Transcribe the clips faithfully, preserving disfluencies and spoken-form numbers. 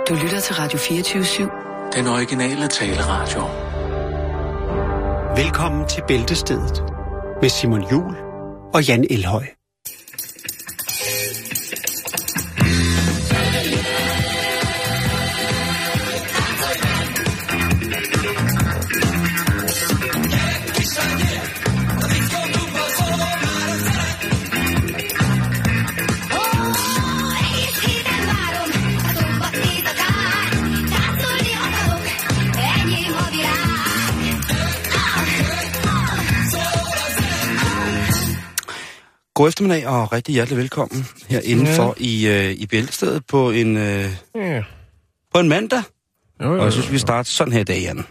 Du lytter til Radio fireogtyve syv. Den originale taleradio. Velkommen til Bæltestedet med Simon Juhl og Jan Elhøj. God eftermiddag og rigtig hjertelig velkommen her indenfor ja. i, øh, i Bæltestedet på en, øh, ja. på en mandag. Jo, jo, og jeg synes, vi starter sådan her i dag, Jan.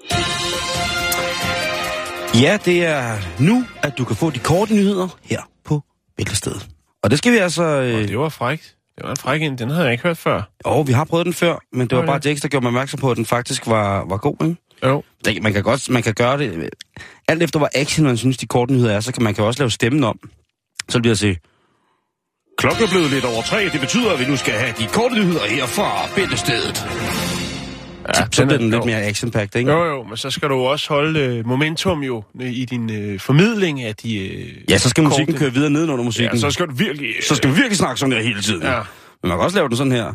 Ja, det er nu, at du kan få de korte nyheder her på Bæltestedet. Og det skal vi altså... Øh... Og det var frækt. Det var en fræk en. Den havde jeg ikke hørt før. Jo, vi har prøvet den før, men det var okay. bare Jax, der gjorde mig opmærksom på, at den faktisk var, var god, ikke? Jo. Man kan godt man kan gøre det... Alt efter, hvor action man synes, de korte nyheder er, så kan man kan også lave stemmen om. Så bliver det at sige, klokken er blevet lidt over tre, det betyder, at vi nu skal have de korte nyheder her fra Bæltestedet. Ja, så, så bliver den lidt mere action-packed, ikke? Jo, jo, men så skal du også holde uh, momentum jo i din uh, formidling af de uh, Ja, så skal korte... musikken køre videre nedenunder musikken. Ja, så skal du virkelig... Uh... Så skal vi virkelig snakke sådan der hele tiden. Ja. Men man kan også lave den sådan her.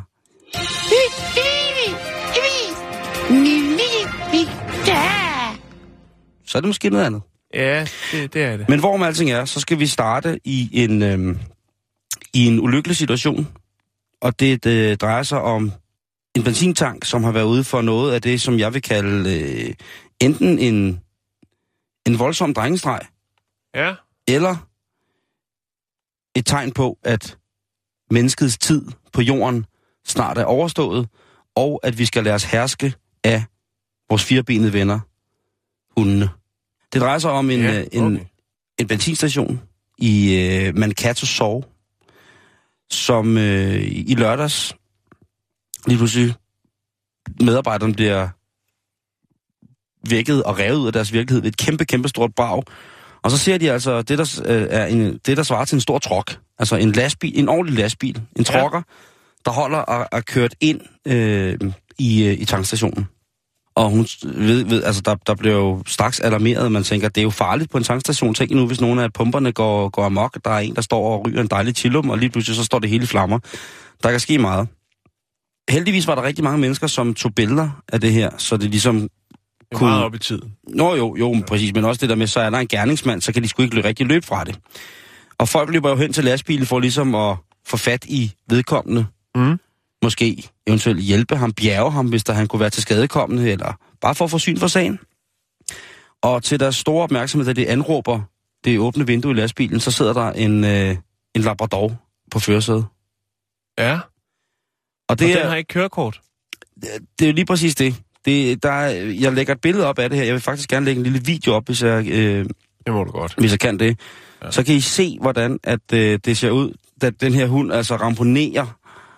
Så er det måske noget andet. Ja, det, det er det. Men hvor med alting er, så skal vi starte i en, øhm, i en ulykkelig situation. Og det, det drejer sig om en benzintank, som har været ude for noget af det, som jeg vil kalde øh, enten en, en voldsom drengestreg, ja. eller et tegn på, at menneskets tid på jorden snart er overstået, og at vi skal lade os herske af vores firebenede venner, hundene. Det drejer sig om en, ja, okay. en, en benzinstation i øh, Mankato Sov, som øh, i lørdags, lige pludselig, medarbejderne bliver vækket og revet ud af deres virkelighed ved et kæmpe, kæmpe stort brag. Og så ser de altså, det der, øh, er en, det, der svarer til en stor truck, altså en lastbil, en ordentlig lastbil, en trucker, ja. der holder og er kørt ind øh, i, øh, i tankstationen. Og hun ved, ved altså der, der bliver jo straks alarmeret, man tænker, det er jo farligt på en tankstation. Tænk nu, hvis nogle af pumperne går, går amok, der er en, der står og ryger en dejlig chillum, og lige pludselig så står det hele i flammer. Der kan ske meget. Heldigvis var der rigtig mange mennesker, som tog billeder af det her, så det ligesom det er kunne... meget op i tiden. Nå jo, jo, ja. præcis, men også det der med, så er der en gerningsmand, så kan de sgu ikke løbe, rigtig løbe fra det. Og folk løber jo hen til lastbilen for ligesom at få fat i vedkommende. Mm. Måske eventuelt hjælpe ham, bjerge ham, hvis der han kunne være til skadekommende, eller bare for at få syn for sagen. Og til deres store opmærksomhed, da de anråber det åbne vindue i lastbilen, så sidder der en, øh, en labrador på førersædet. Ja, og, det og den er, har ikke kørekort. Det, det er jo lige præcis det. det der er, jeg lægger et billede op af det her. Jeg vil faktisk gerne lægge en lille video op, hvis jeg, øh, det må du godt. Hvis jeg kan det. Ja. Så kan I se, hvordan at, øh, det ser ud, da den her hund altså ramponerer.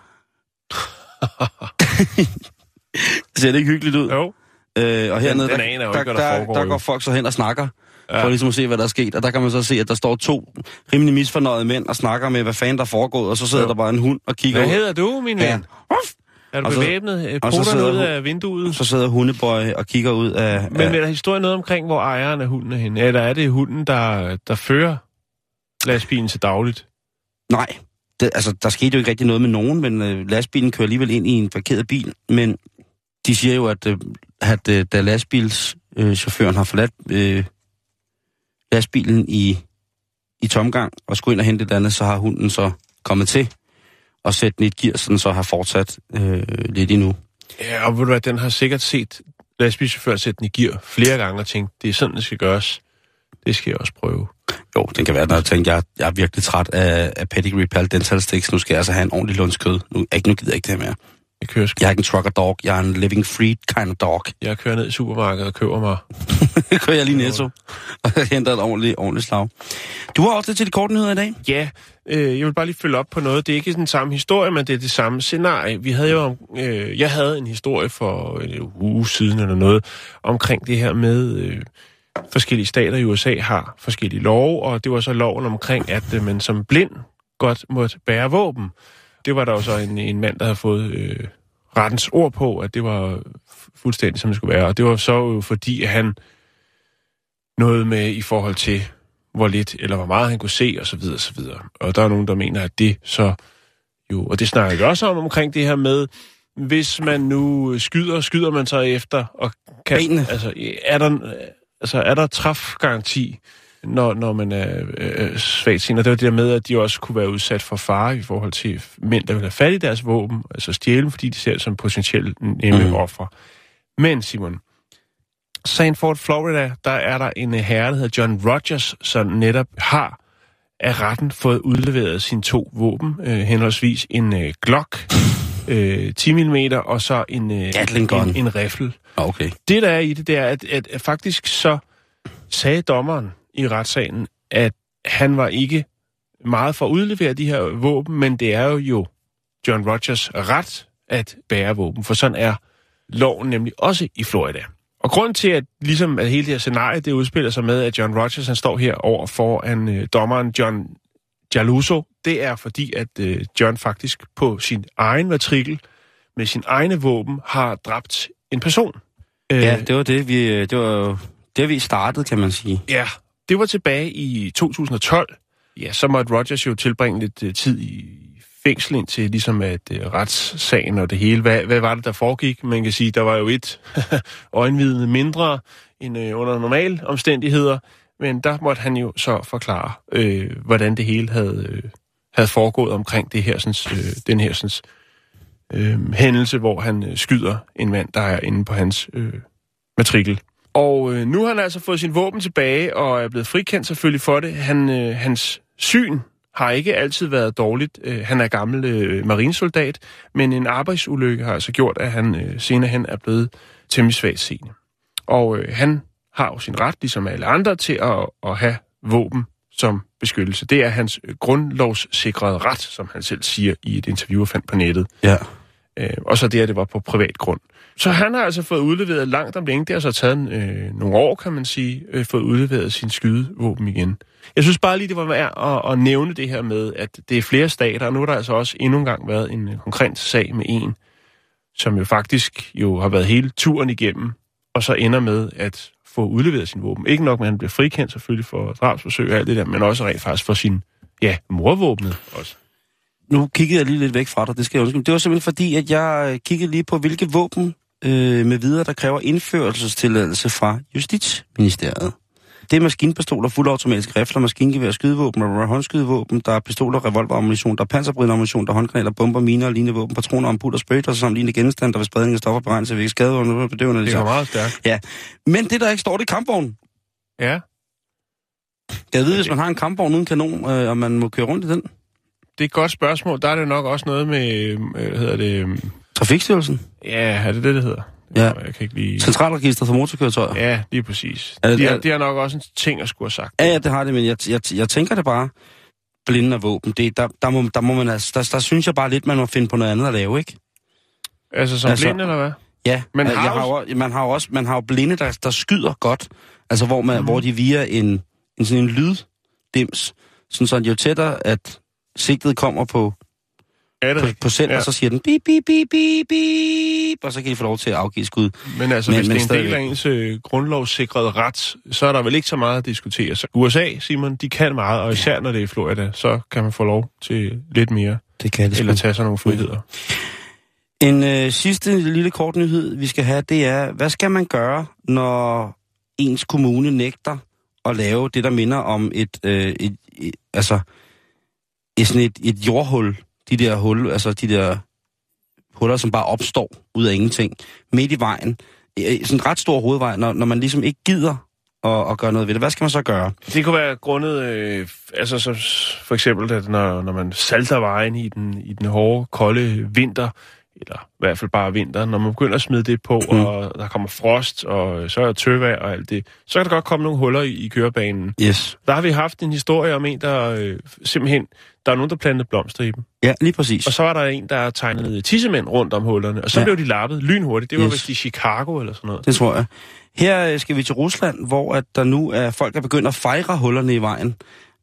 Ser det ikke hyggeligt ud? Jo. Øh, og hernede, den, den der, aner jo der, ikke, hvad der, der, foregår, der går folk så hen og snakker, ja. for ligesom at se, hvad der er sket. Og der kan man så se, at der står to rimelig misfornøjede mænd og snakker med, hvad fanden der er foregået, og så sidder jo. der bare en hund og kigger hvad ud. Hvad hedder du, min ven? Ja. Er du bevæbnet? Putter ud af vinduet? Så sidder hundebøj og kigger ud af... Men er der historien noget omkring, hvor ejeren af hunden er henne? Eller er det hunden, der, der fører lastbilen til dagligt? Nej. Det, altså, der skete jo ikke rigtig noget med nogen, men øh, lastbilen kører alligevel ind i en parkeret bil. Men de siger jo, at, øh, at øh, da lastbilschaufføren øh, har forladt øh, lastbilen i, i tomgang og skulle ind og hente et andet, så har hunden så kommet til at sætte den i et gear, så den så har fortsat øh, lidt endnu. Ja, og ved du hvad, den har sikkert set lastbilchaufføren sætte den i gear flere gange og tænkt, det er sådan, det skal gøres. Det skal jeg også prøve. Jo, det kan være, når jeg tænker, jeg, jeg er virkelig træt af, af Pedigree Pal Dental Sticks. Nu skal jeg altså have en ordentlig lundskød. Nu, ikke, nu gider jeg ikke det her mere. Jeg kører sgu. Jeg er ikke en trucker dog. Jeg er en living free kind of dog. Jeg kører ned i supermarkedet og køber mig. kører jeg lige Netto og henter et ordentligt, ordentligt slag. Du har også det til de korte nyheder i dag? Ja, øh, jeg vil bare lige følge op på noget. Det er ikke den samme historie, men det er det samme scenarie. Vi havde jo, øh, jeg havde en historie for en uge siden eller noget omkring det her med... Øh, forskellige stater i U S A har forskellige love, og det var så loven omkring, at øh, man som blind godt måtte bære våben. Det var der jo så en, en mand, der havde fået øh, rettens ord på, at det var fuldstændig, som det skulle være. Og det var så jo fordi, at han noget med i forhold til, hvor lidt eller hvor meget han kunne se, og så videre, og så videre. Og der er nogen, der mener, at det så jo... Og det snakker jeg også om, omkring det her med, hvis man nu skyder, skyder man så efter, og kan... Benene. Altså, er der, altså, er der træfgaranti, når, når man er øh, svagt seende? Og det var det der med, at de også kunne være udsat for fare i forhold til mænd, der vil have fat i deres våben, altså stjæle, fordi de ser det som potentielt nemme mm. offer. Men, Simon, Sanford, Florida, der er der en herre, der hedder John Rogers, som netop har af retten fået udleveret sine to våben, øh, henholdsvis en øh, Glock øh, ti millimeter og så en, øh, en, en riffel. Okay. Det, der er i det, det er, at, at, at faktisk så sagde dommeren i retssagen, at han var ikke meget for at udlevere de her våben, men det er jo, jo John Rogers ret at bære våben, for sådan er loven nemlig også i Florida. Og grunden til, at, ligesom, at hele det her scenarie, det udspiller sig med, at John Rogers han står her over for en øh, dommeren John Jaluso, det er fordi, at øh, John faktisk på sin egen matrikel, med sin egne våben, har dræbt en person. Ja, det var det, vi, det var det, vi startede, kan man sige. Ja, det var tilbage i to tusind og tolv. Ja, så måtte Rogers jo tilbringe lidt uh, tid i fængsel indtil ligesom at uh, retssagen og det hele. Hvad, hvad var det, der foregik? Man kan sige, der var jo et øjenvidne mindre end uh, under normale omstændigheder, men der måtte han jo så forklare, øh, hvordan det hele havde, øh, havde foregået omkring det her, sådan, øh, den her sådan, øh, hændelse, hvor han øh, skyder en mand, der er inde på hans øh, matrikel. Og øh, nu har han altså fået sin våben tilbage, og er blevet frikendt selvfølgelig for det. Han, øh, hans syn har ikke altid været dårligt. Øh, han er gammel øh, marinesoldat, men en arbejdsulykke har altså gjort, at han øh, senere hen er blevet temmelig svagt seende. Og øh, han har jo sin ret, ligesom alle andre, til at, at have våben som beskyttelse. Det er hans grundlovssikrede ret, som han selv siger i et interview, jeg fandt på nettet. Ja. Øh, og så det, at det var på privat grund. Så han har altså fået udleveret langt om længe. Det har så taget øh, nogle år, kan man sige, øh, fået udleveret sin skydevåben igen. Jeg synes bare lige, det var værd at, at nævne det her med, at det er flere stater, og nu har der altså også endnu en gang været en konkret sag med en, som jo faktisk jo har været hele turen igennem, og så ender med at få udleveret sin våben. Ikke nok, at han bliver frikendt selvfølgelig for drabsforsøg og alt det der, men også rent faktisk for sin, ja, morvåbnet også. Nu kiggede jeg lige lidt væk fra dig, det skal jeg undskylde. Det var simpelthen fordi, at jeg kiggede lige på, hvilke våben øh, med videre, der kræver indførelsestilladelse fra Justitsministeriet. Det er maskinpistoler, fuldautomatiske rifler, maskingevær, skydevåben og håndskydevåben, der er pistoler, revolverammunition, der er panserbrydende ammunition, der er håndgranater, bomber, miner og lignende våben, patroner, ampuller, sprøjter, samt lignende genstande, der ved spredning af stoffer beregnes til væk skadevåben, bedøvende. Det er meget stærkt. Ja, men det der ikke står, det er kampvognen. Ja. Kan jeg vide, hvis man har en kampvogn uden kanon, øh, og man må køre rundt i den? Det er et godt spørgsmål. Der er det nok også noget med, hvad hedder det? Trafikstyrelsen? Ja, er det det, det hedder? Ja. Jeg kan ikke lige... Centralregistret for motorkøretøjer? Ja, lige præcis. Er det, de, er... har, de har nok også en ting at skulle have sagt. Ja, ja, det har det, men jeg, jeg, jeg tænker det bare. Blinde af våben, det, der, der, må, der må man altså, der, der synes jeg bare lidt, man må finde på noget andet at lave, ikke? Altså som altså, blinde, eller hvad? Ja, men har, har har jo, man har jo også man har jo blinde, der, der skyder godt. Altså hvor, man, mm. hvor de via en, en sådan en lyddims, sådan så jo tættere, at sigtet kommer på, på, på send, ja. Og så siger den bip, bip, bip, bip, bip, og så kan de få lov til at afgive skud. Men altså, men, hvis men det er en del af ens øh, grundlovssikrede ret, så er der vel ikke så meget at diskutere. Så U S A, Simon, de kan meget, og især når det er i Florida, så kan man få lov til lidt mere. Det kan det. Eller tage sig nogle friheder. En øh, sidste lille kort nyhed, vi skal have, det er, hvad skal man gøre, når ens kommune nægter at lave det, der minder om et, øh, et, et altså, et, sådan et, et jordhul, de der hul, altså de der huller, som bare opstår ud af ingenting, midt i vejen. Sådan en ret stor hovedvej, når, når man ligesom ikke gider at, at gøre noget ved det. Hvad skal man så gøre? Det kunne være grundet, øh, altså så for eksempel, at når, når man salter vejen i den, i den hårde, kolde vinter, eller i hvert fald bare vinter, når man begynder at smide det på, mm. og der kommer frost, og så er der tøvejr og alt det, så kan der godt komme nogle huller i, i kørebanen. Yes. Der har vi haft en historie om en, der øh, simpelthen, der er nogen, der plantede blomster i dem. Ja, lige præcis. Og så var der en, der tegnede tissemænd rundt om hullerne, og så ja. blev de lappet lynhurtigt. Det var yes. vist i Chicago eller sådan noget. Det tror jeg. Her skal vi til Rusland, hvor at der nu er folk, der begynder at fejre hullerne i vejen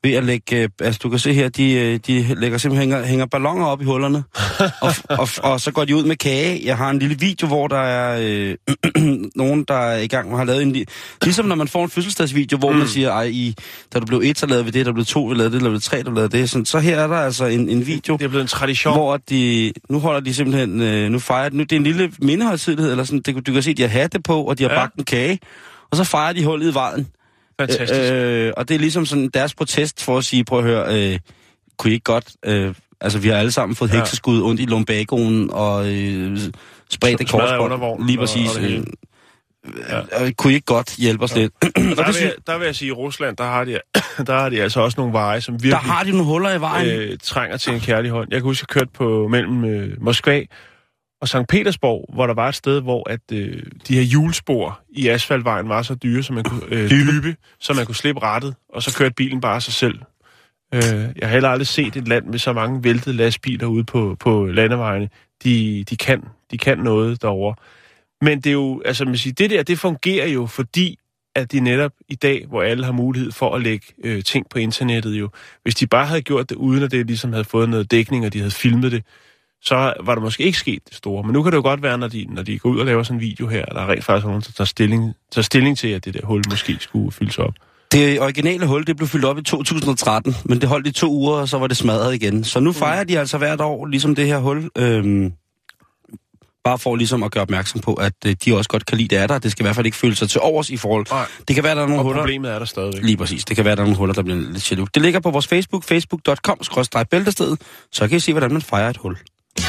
ved at lægge, altså du kan se her, de, de lægger simpelthen hænger, hænger balloner op i hullerne, og, og, og så går de ud med kage. Jeg har en lille video, hvor der er øh, nogen, der er i gang og har lavet en... Ligesom når man får en fødselsdagsvideo, hvor mm. man siger, ej, i, da du blev et, så lavede vi det, der blev to, vi lavede det, der blev tre, der lavede det. Sådan, så her er der altså en, en video, det er blevet en tradition, hvor de, nu holder de simpelthen, øh, nu fejrer nu, det er en lille mindehøjtidlighed, eller sådan, det, du kan se, de har hatte på, og de har ja. bagt en kage, og så fejrer de hullet i vejen. Fantastisk. Øh, og det er ligesom sådan deres protest for at sige, prøv at høre, øh, kunne I ikke godt, øh, altså vi har alle sammen fået ja. hekseskud ondt i lumbagoen og øh, spredte korsbånd, lige præcis. Og, og øh, ja. øh, kunne I ikke godt hjælpe os ja. lidt? der, vil jeg, der vil jeg sige, i Rusland, der har de, der har de altså også nogle veje, som virkelig... Der har de nogle huller i vejen. Øh, trænger til en kærlig hånd. Jeg kan huske, jeg kørte på mellem øh, Moskva og Sankt Petersborg, hvor der var et sted, hvor at øh, de her hjulspor i asfaltvejen var så dyre, så man kunne, øh, dybe, så man kunne slippe rattet, og så kørte bilen bare sig selv. Øh, jeg har heller aldrig set et land med så mange væltede lastbiler ude på, på landevejene. De, de, kan, de kan noget derovre. Men det er jo, altså man siger, det der, det fungerer jo, fordi at de netop i dag, hvor alle har mulighed for at lægge øh, ting på internettet jo, hvis de bare havde gjort det, uden at det ligesom havde fået noget dækning, og de havde filmet det, så var der måske ikke sket det store. Men nu kan det jo godt være, når de, når de går ud og laver sådan en video her, der er rent faktisk nogen, der tager stilling, tager stilling til, at det der hul måske skulle fyldes op. Det originale hul, det blev fyldt op i to tusind og tretten, men det holdt i to uger, og så var det smadret igen. Så nu fejrer de altså hvert år, ligesom det her hul, øhm, bare for ligesom at gøre opmærksom på, at øh, de også godt kan lide det af der. Det skal i hvert fald ikke føle sig til overs i forhold. Nej. Det kan være, der er nogle og huller. Problemet er der stadigvæk. Lige præcis. Det kan være, der er nogle huller, der bliver lidt jaloux. Det ligger på vores Facebook, facebook punktum com skråstreg bæltestedet, så kan I se, hvordan man fejrer et hul.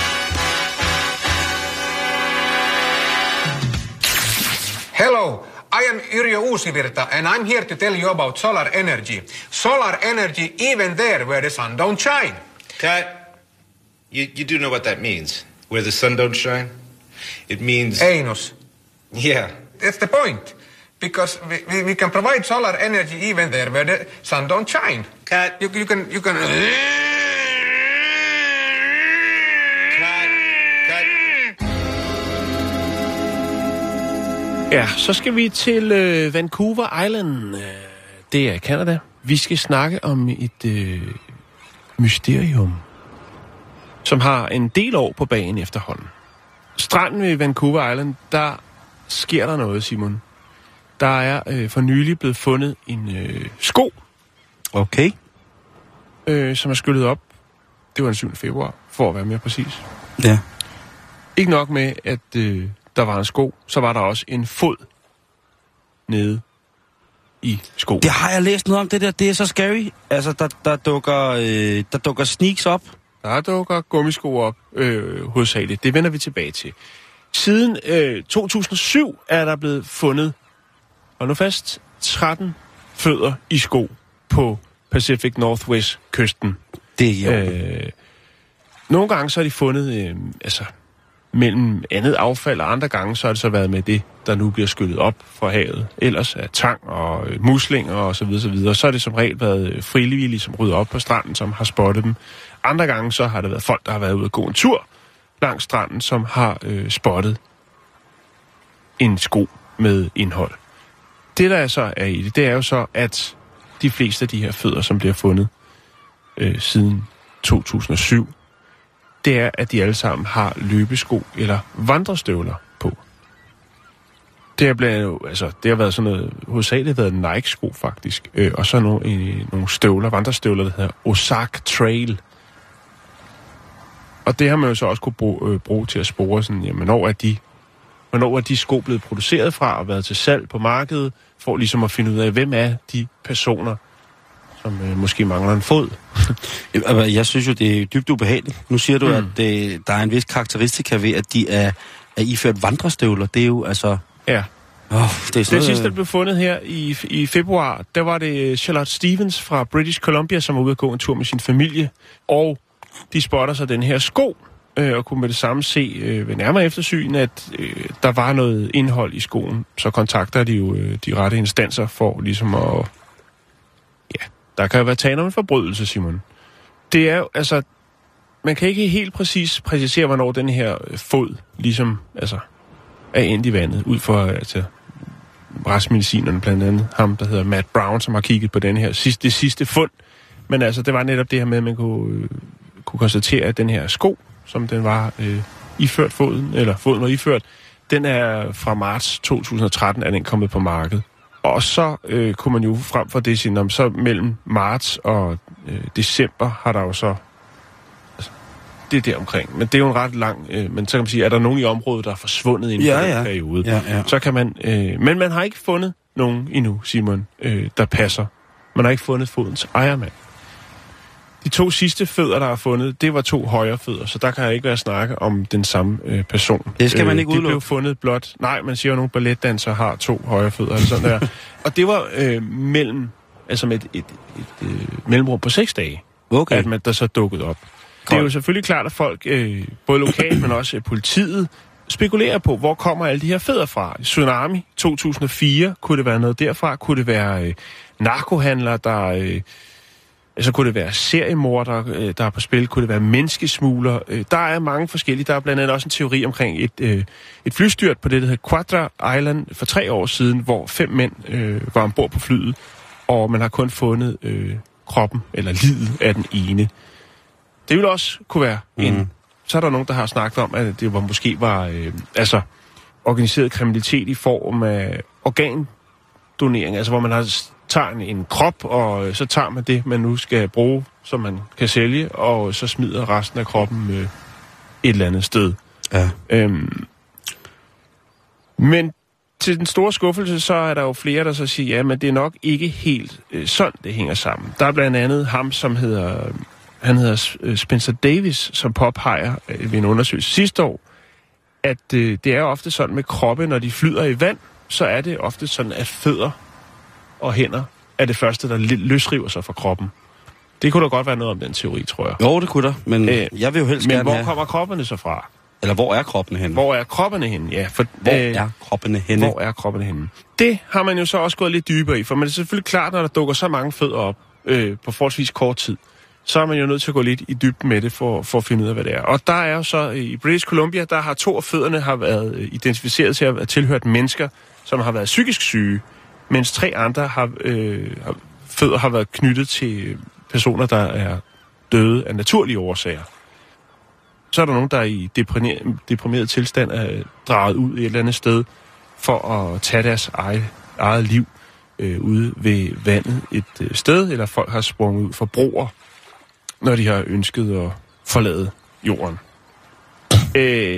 Hello, I am Yrjö Uusivirta and I'm here to tell you about solar energy. Solar energy even there where the sun don't shine. Cut. You, you do know what that means, where the sun don't shine? It means... Anus. Yeah. That's the point. Because we, we, we can provide solar energy even there where the sun don't shine. Cut. You, you can... You can Cut. Cut. Ja, så skal vi til øh, Vancouver Island. Det er Canada. Vi skal snakke om et øh, mysterium, som har en del år på bagen efterhånden. Stranden ved Vancouver Island, der sker der noget, Simon. Der er øh, for nylig blevet fundet en øh, sko. Okay. Øh, som er skyllet op. Det var den syvende februar, for at være mere præcis. Ja. Ikke nok med, at øh, der var en sko, så var der også en fod nede i skoen. Det har jeg læst noget om, det der. Det er så scary. Altså, der, der, dukker, øh, der dukker sneaks op. Der dukker gummisko op, øh, hovedsageligt. Det vender vi tilbage til. Siden øh, to tusind og syv er der blevet fundet, og nu fast, tretten fødder i sko på Pacific Northwest-kysten. Det er jo. Øh, nogle gange så har de fundet, øh, altså, mellem andet affald, og andre gange så har det så været med det, der nu bliver skyllet op fra havet. Ellers er tang og øh, muslinger og så videre, så videre. Så har det som regel været frivillige, som rydder op på stranden, som har spottet dem. Andre gange så har det været folk, der har været ude at gå en tur langs stranden, som har øh, spottet en sko med indhold. Det, der så er i det, det er jo så, at de fleste af de her fødder, som bliver fundet øh, siden to tusind og syv, det er, at de alle sammen har løbesko eller vandrestøvler på. Det er blevet, altså, det har været sådan noget, hovedsageligt været Nike-sko faktisk, øh, og så nogle, øh, nogle støvler, vandrestøvler, der hedder Ozark Trail. Og det har man jo så også kunne bruge, øh, bruge til at spore sådan, jamen, hvornår er de, hvornår er de sko blevet produceret fra og været til salg på markedet, for ligesom at finde ud af, hvem er de personer, som øh, måske mangler en fod. Jeg synes jo, det er dybt ubehageligt. Nu siger du, mm. at det, der er en vis karakteristika ved, at de er, er iført vandrestøvler. Det er jo altså... Ja. Oh, det er sådan det sidste, der blev fundet her i, i februar, der var det Charlotte Stevens fra British Columbia, som var ude at gå en tur med sin familie, og de spotter sig den her sko, øh, og kunne med det samme se øh, ved nærmere eftersyn, at øh, der var noget indhold i skoen. Så kontakter de jo øh, de rette instanser for ligesom at... Ja, der kan jo være tale om en forbrydelse, Simon. Det er jo, altså... Man kan ikke helt præcis præcisere, hvornår den her fod ligesom, altså... er endt i vandet, ud for altså, retsmedicinerne, blandt andet ham, der hedder Matt Brown, som har kigget på den her sidste, det sidste fund Men altså, det var netop det her med, at man kunne, øh, kunne konstatere, at den her sko, som den var øh, iført foden, eller foden var iført, den er fra marts to tusind og tretten, er den kommet på markedet. Og så øh, kunne man jo frem for det sige, om så mellem marts og øh, december har der jo så... Altså, det er der omkring. Men det er jo en ret lang... Øh, men så kan man sige, er der nogen i området, der er forsvundet inden ja, for den ja. periode? Ja, ja. Så kan man... Øh, men man har ikke fundet nogen endnu, Simon, øh, der passer. Man har ikke fundet fodens ejermand. De to sidste fødder, der er fundet, det var to højre fødder, så der kan jeg ikke være snakke om den samme øh, person. Det skal man ikke øh, udelukke. Det blev fundet blot... Nej, man siger jo, at nogle balletdansere har to højre fødder, eller sådan der. Og det var øh, mellem... Altså med et, et, et, et mellemrum på seks dage, okay. at man der så dukket op. Cool. Det er jo selvfølgelig klart, at folk, øh, både lokalt, men også øh, politiet, spekulerer på, hvor kommer alle de her fødder fra. Tsunami to tusind og fire, kunne det være noget derfra? Kunne det være øh, narkohandlere, der... Øh, Så kunne det være seriemordere, der er på spil. Kunne det være menneskesmugler. Der er mange forskellige. Der er blandt andet også en teori omkring et, øh, et flystyrt på det, der hedder Quadra Island for tre år siden, hvor fem mænd øh, var ombord på flyet, og man har kun fundet øh, kroppen, eller lidet af den ene. Det ville også kunne være mm. en... Så er der nogen, der har snakket om, at det var, måske var øh, altså, organiseret kriminalitet i form af organdonering, altså hvor man har... tager en, en krop, og så tager man det, man nu skal bruge, som man kan sælge, og så smider resten af kroppen øh, et eller andet sted. Ja. Øhm, men til den store skuffelse, så er der jo flere, der så siger, ja, men det er nok ikke helt øh, sådan, det hænger sammen. Der er blandt andet ham, som hedder, han hedder Spencer Davis, som påpeger øh, ved en undersøgelse sidste år, at øh, det er ofte sådan med kroppe, når de flyder i vand, så er det ofte sådan, at fødder og hænder er det første, der løsriver sig fra kroppen. Det kunne da godt være noget om den teori, tror jeg. Jo, det kunne der, men øh, jeg vil jo helst men gerne hvor have... kommer kroppene så fra? Eller hvor er kroppene henne? Hvor er kroppene henne, ja. For, hvor øh, er kroppene henne? Hvor er kroppene henne? Det har man jo så også gået lidt dybere i, for man er selvfølgelig klart, når der dukker så mange fødder op øh, på forholdsvis kort tid, så er man jo nødt til at gå lidt i dybden med det, for, for at finde ud af, hvad det er. Og der er jo så, i British Columbia, der har to af fødderne har været identificeret til at have tilhørt mennesker, som har været psykisk syge, mens tre andre har, øh, fødder har været knyttet til personer, der er døde af naturlige årsager. Så er der nogen, der i deprimeret, deprimeret tilstand er draget ud et eller andet sted for at tage deres eget, eget liv øh, ude ved vandet et øh, sted, eller folk har sprunget ud for broer, når de har ønsket at forlade jorden. Øh,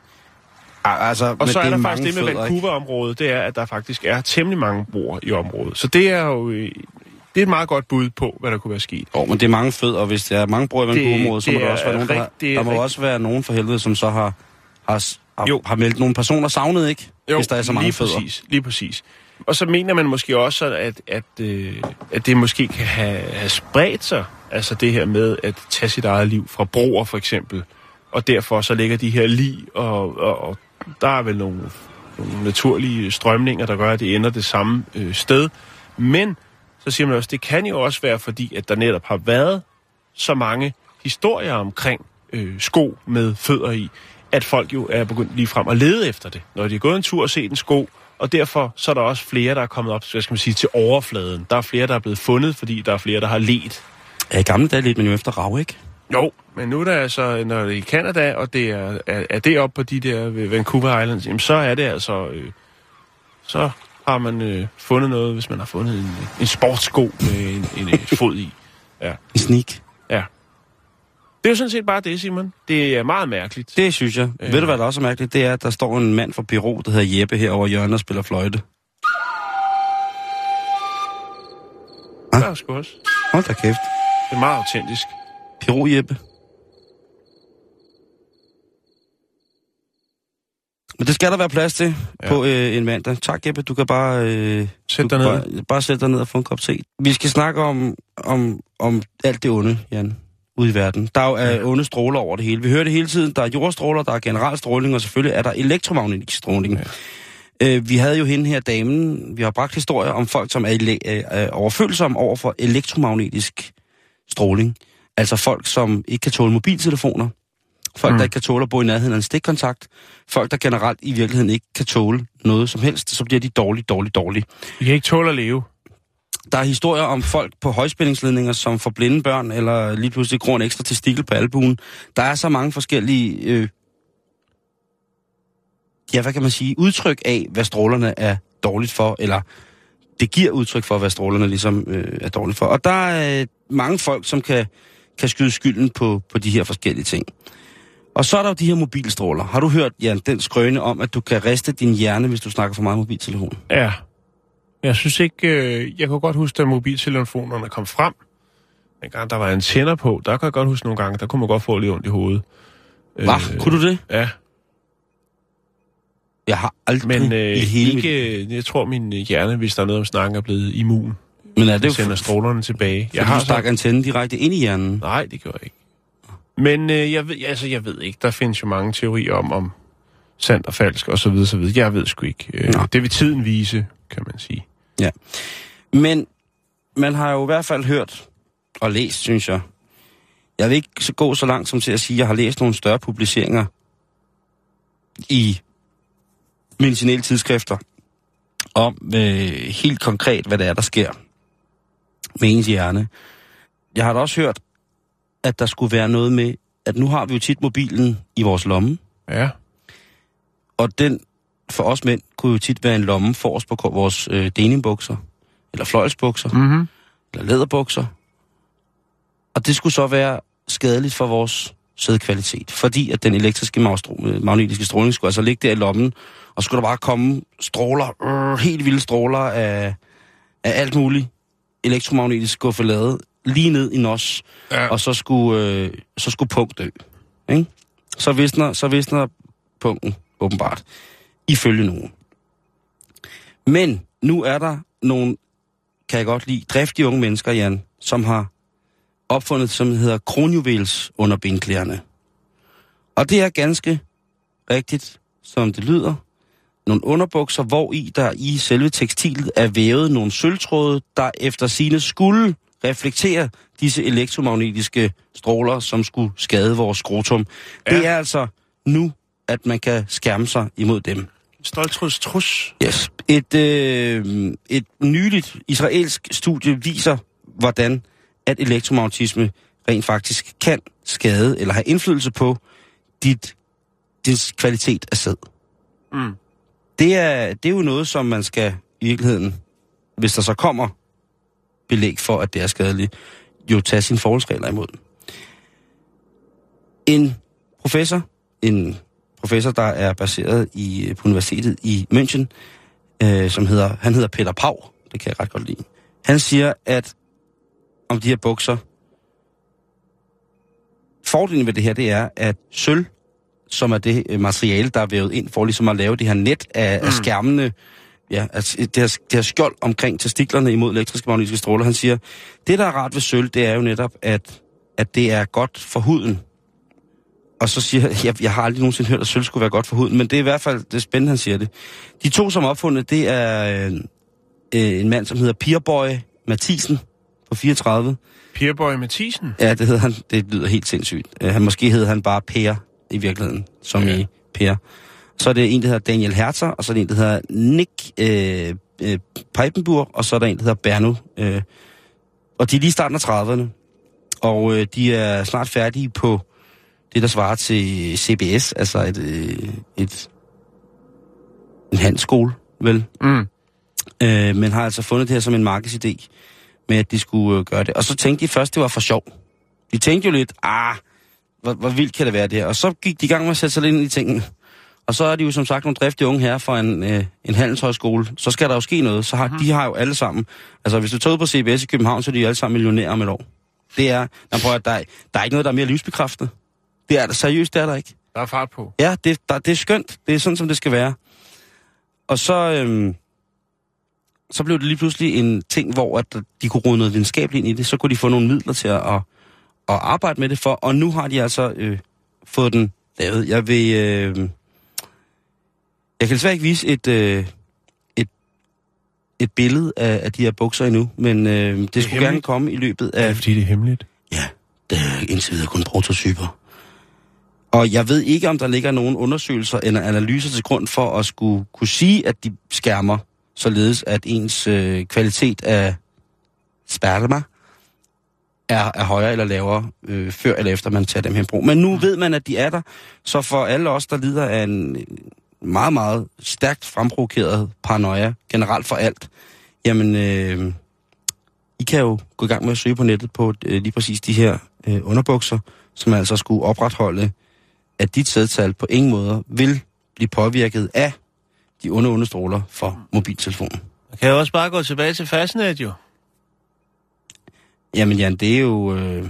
altså, og så er det der er faktisk det med Vancouver-området, det er, at der faktisk er temmelig mange broer i området. Så det er jo det er et meget godt bud på, hvad der kunne være sket. Jo, men det er mange fødder, og hvis der er mange broer i Vancouver-området, så må der også være nogen, der, har, der må også være nogen for helvede, som så har, har, har, har meldt nogle personer savnet, ikke? Jo, hvis der er så mange lige fødder. Præcis, lige præcis. Og så mener man måske også, at, at, øh, at det måske kan have, have spredt sig, altså det her med at tage sit eget liv fra broer for eksempel, og derfor så ligger de her lig, og, og, og der er vel nogle, nogle naturlige strømninger, der gør, at det ender det samme øh, sted. Men så siger man også, det kan jo også være fordi, at der netop har været så mange historier omkring øh, sko med fødder i, at folk jo er begyndt lige frem at lede efter det, når de er gået en tur og set en sko, og derfor så er der også flere, der er kommet op, hvad skal man sige, til overfladen. Der er flere, der er blevet fundet, fordi der er flere, der har ledt. Ja, i gamle dage ledte man jo efter rav, ikke? Jo, men nu er der altså, når det er i Canada, og det er, er, er det oppe på de der ved Vancouver Islands, jamen så er det altså, øh, så har man øh, fundet noget, hvis man har fundet en, en sportssko med en, en, en fod i. Ja. En sneak. Ja. Det er jo sådan set bare det, Simon. Det er meget mærkeligt. Det synes jeg. Øh. Ved du, hvad der også er mærkeligt? Det er, at der står en mand fra Peru, der hedder Jeppe, her over hjørnet og spiller fløjte. Ah? Der er sgu også. Hold da kæft. Det er meget autentisk. Peru Jeppe. Men det skal der være plads til ja. på øh, en mandag. Tak, Jeppe. Du kan bare... Øh, Sæt dig ned. Bare, bare sætte dig ned og få en kop te. Vi skal snakke om, om, om alt det onde, Jan, ude i verden. Der er jo ja. onde stråler over det hele. Vi hører det hele tiden. Der er jordstråler, der er generalstråling, og selvfølgelig er der elektromagnetisk stråling. Ja. Øh, vi havde jo hende her damen. Vi har bragt historier om folk, som er øh, overfølsomme over for elektromagnetisk stråling. Altså folk, som ikke kan tåle mobiltelefoner. Folk, mm. der ikke kan tåle at bo i nærheden af en stikkontakt. Folk, der generelt i virkeligheden ikke kan tåle noget som helst. Så bliver de dårligt, dårligt, dårligt. De kan ikke tåle at leve. Der er historier om folk på højspændingsledninger, som får blinde børn, eller lige pludselig gror en ekstra testikel på albuen. Der er så mange forskellige, øh, ja, hvad kan man sige, udtryk af, hvad strålerne er dårligt for, eller det giver udtryk for, hvad strålerne ligesom øh, er dårligt for. Og der er øh, mange folk, som kan, kan skyde skylden på, på de her forskellige ting. Og så er der jo de her mobilstråler. Har du hørt, Jan, den skrøne om, at du kan riste din hjerne, hvis du snakker for meget mobiltelefon? Ja. Jeg synes ikke... Øh, jeg kunne godt huske, at mobiltelefonerne kom frem. En gang der var antenner på, der kan jeg godt huske nogle gange, der kunne man godt få lidt ondt i hovedet. Hvad? Øh, kunne du det? Ja. Jeg har aldrig Men øh, i hele ikke... Mit... Jeg tror, min hjerne, hvis der er noget om snakken, er blevet immun. Men er det jo... sender strålerne tilbage. Jeg har du stak så... antennen direkte ind i hjernen? Nej, det gør jeg ikke. Men øh, jeg ved, altså, jeg ved ikke. Der findes jo mange teorier om, om sandt og falsk og så videre, så videre. Jeg ved sgu ikke. Øh, det vil tiden vise, kan man sige. Ja. Men man har jo i hvert fald hørt og læst, synes jeg. Jeg vil ikke så gå så langt som til at sige, at jeg har læst nogle større publiceringer i medicinale tidsskrifter om øh, helt konkret, hvad det er, der sker med ens hjerne. Jeg har da også hørt, at der skulle være noget med, at nu har vi jo tit mobilen i vores lomme. Ja. Og den, for os mænd, kunne jo tit være en lomme for os på vores øh, denimbukser, eller fløjelsbukser, mm-hmm. eller læderbukser. Og det skulle så være skadeligt for vores sædkvalitet, fordi at den elektriske magnetiske stråling skulle altså ligge der i lommen, og skulle der bare komme stråler, øh, helt vilde stråler af, af alt muligt elektromagnetisk guffalade, lige ned i nos, ja. Og så skulle, øh, så skulle punkt dø. Ikke? Så visner, så visner punkten, åbenbart, ifølge nogen. Men nu er der nogle, kan jeg godt lide, driftige unge mennesker, Jan, som har opfundet, som hedder kronjuvels under benklæderne. Og det er ganske rigtigt, som det lyder. Nogle underbukser, hvor i der i selve tekstilet er vævet nogle sølvtråde, der efter sine skulle reflektere disse elektromagnetiske stråler, som skulle skade vores skrotum. Ja. Det er altså nu, at man kan skærme sig imod dem. Stoltrådstrus. Yes. Et, øh, et nyligt israelsk studie viser, hvordan at elektromagnetisme rent faktisk kan skade eller have indflydelse på dit, dit kvalitet af sæd. Mm. Det er, det er jo noget, som man skal i virkeligheden, hvis der så kommer belæg for, at det er skadeligt, jo tage sine forholdsregler imod. En professor, en professor, der er baseret i, på universitetet i München, øh, som hedder, han hedder Peter Pau, det kan jeg ret godt lide. Han siger, at om de her bukser, fordelen ved det her, det er, at sølv, som er det materiale, der er vævet ind for ligesom at lave det her net af, mm. af skærmene, ja, altså det her, det her skjold omkring testiklerne imod elektriske magnetiske stråler. Han siger, det der er rart ved sølv, det er jo netop, at, at det er godt for huden. Og så siger jeg, jeg har aldrig nogensinde hørt, at sølv skulle være godt for huden, men det er i hvert fald det er spændende, han siger det. De to, som er opfundet, det er øh, en mand, som hedder Pierboy Mathisen på fireogtredive. Pierboy Mathisen? Ja, det hedder han. Det lyder helt sindssygt. Han måske hedder han bare Per i virkeligheden, som ja. i Per. Så er det en, der hedder Daniel Hertzer, og så er det en, der hedder Nick øh, øh, Peipenburg, og så er der en, der hedder Berno. Øh, og de er lige i starten af trediverne, og øh, de er snart færdige på det, der svarer til C B S, altså et, øh, et en handelsskole, vel? Mm. Øh, men har altså fundet det her som en markedsidé med, at de skulle øh, gøre det. Og så tænkte de først, det var for sjov. De tænkte jo lidt, ah, hvor, hvor vildt kan det være det her? Og så gik de i gang med at sætte sig lidt ind i tingene. Og så er de jo som sagt nogle driftige unge her fra en, øh, en handelshøjskole. Så skal der jo ske noget. Så har, mm-hmm. de har jo alle sammen... Altså, hvis du tager ud på C B S i København, så er de jo alle sammen millionærer om et år. Det er... Nå, prøv at der, der er ikke noget, der er mere livsbekræftende. Det er der seriøst, det er der ikke. Der er fart på. Ja, det, der, det er skønt. Det er sådan, som det skal være. Og så... Øhm, så blev det lige pludselig en ting, hvor at de kunne rode noget videnskabeligt ind i det. Så kunne de få nogle midler til at, at, at arbejde med det for. Og nu har de altså øh, fået den lavet. Jeg vil... Øh, jeg kan desværre ikke vise et, øh, et, et billede af, af de her bukser endnu, men øh, det, det skulle hemmeligt. Gerne komme i løbet af... Det er fordi, det er hemmeligt. Ja, det er indtil videre kun prototyper. Og jeg ved ikke, om der ligger nogen undersøgelser eller analyser til grund for at skulle kunne sige, at de skærmer, således at ens øh, kvalitet af sperma, er, er højere eller lavere, øh, før eller efter man tager dem her i brug. Men nu ved man, at de er der, så for alle os, der lider af en meget, meget stærkt fremprovokeret paranoia, generelt for alt, jamen, øh, I kan jo gå i gang med at søge på nettet på øh, lige præcis de her øh, underbukser, som altså skulle opretholde, at dit sædtal på ingen måde vil blive påvirket af de onde understråler for mobiltelefonen. Man kan jo også bare gå tilbage til Fastnet, jo. Jamen, Jan, det er jo... Øh,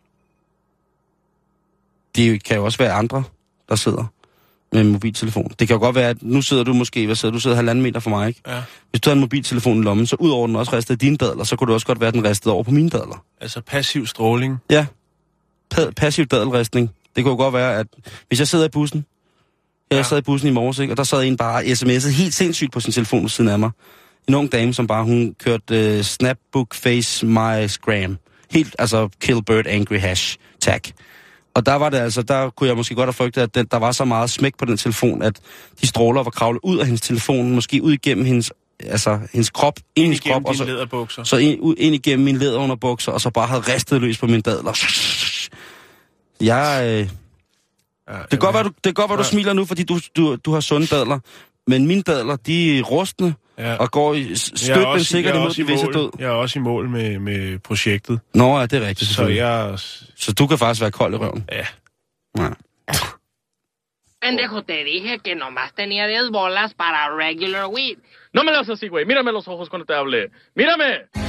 det kan jo også være andre, der sidder med en mobiltelefon. Det kan jo godt være, at nu sidder du måske, hvad sidder du? sidder halvanden meter fra mig, ikke? Ja. Hvis du har en mobiltelefon i lommen, så ud over den også ristede dine dadler, så kunne det også godt være, at den ristede over på mine dadler. Altså passiv stråling. Ja. Pa- passiv dadelristning. Det kunne jo godt være, at hvis jeg sidder i bussen, jeg ja. sad i bussen i morges, ikke? Og der sad en bare sms'et helt sindssygt på sin telefon ved siden af mig. En ung dame, som bare, hun kørte uh, Snapbook Face My Scram. Helt, altså, Kill Bird Angry Hashtag. Og der var det altså, der kunne jeg måske godt have frygtet, at den, der var så meget smæk på den telefon, at de stråler var kravlet ud af hendes telefon, måske ud igennem hendes, altså, hendes krop, ind, ind i krop, og så, læderbukser. så ind, ud, ind igennem mine læderunderbukser, og så bare havde ristet løs på mine dadler. Jeg... Øh, ja, det kan godt være, du, det kan godt være, du smiler nu, fordi du, du, du har sunde dadler, men mine dadler, de er rustne, ja. Og går i støt, men sikkert imod de visse død. Jeg er også i mål med, med projektet. Nå, ja, det er rigtigt. Så jeg... Så du kan faktisk være kold i røven? Ja. Ja. Pendejo, te dije que nomás tenía diez bolas para regular weed. No me las así, güey. Mírame los ojos cuando te hable. Mírame!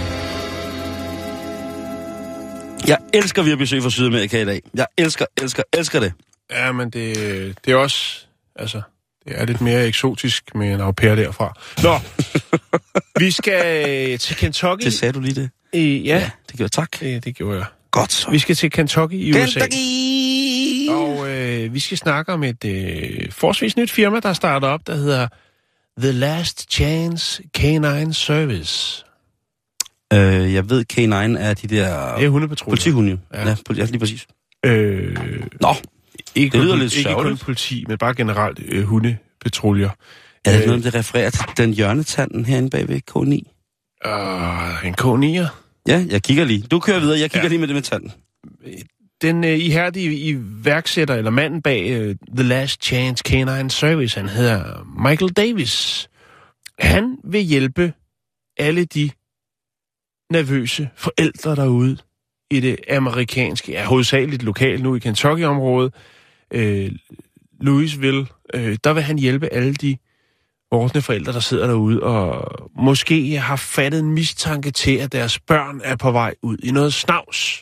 Jeg elsker, vi har besøg fra Sydamerika i dag. Jeg elsker, elsker, elsker det. Ja, men det, det er også... Altså... Det er lidt mere eksotisk med en au pair derfra. Nå, vi skal til Kentucky. Det sagde du lige det? Øh, ja. ja. Det gjorde tak. Det, det gjorde jeg. Godt så. Vi skal til Kentucky i U S A. Kentucky! Og øh, vi skal snakke om et øh, forholdsvis nyt firma, der starter op, der hedder The Last Chance Canine Service. Øh, jeg ved, K ni er de der... Det er hundepatruljer. Politihunde. Ja. Ja, ja, lige præcis. Øh, Nå, ikke det lyder kun, lidt ikke sørgeligt. kun politi, men bare generelt øh, hundepatruljer. Er det øh, noget, der refererer til den hjørnetanden herinde bagved K ni? Øh, en K ni'er? Ja, jeg kigger lige. Du kører videre, jeg kigger ja. lige med det med tanden. Den øh, ihærdige iværksætter, eller manden bag øh, The Last Chance Canine Service, han hedder Michael Davis. Han vil hjælpe alle de nervøse forældre derude i det amerikanske, ja, hovedsageligt lokalt nu i Kentucky-området, øh, Louisville, øh, der vil han hjælpe alle de voksne forældre, der sidder derude og måske har fattet en mistanke til, at deres børn er på vej ud i noget snavs.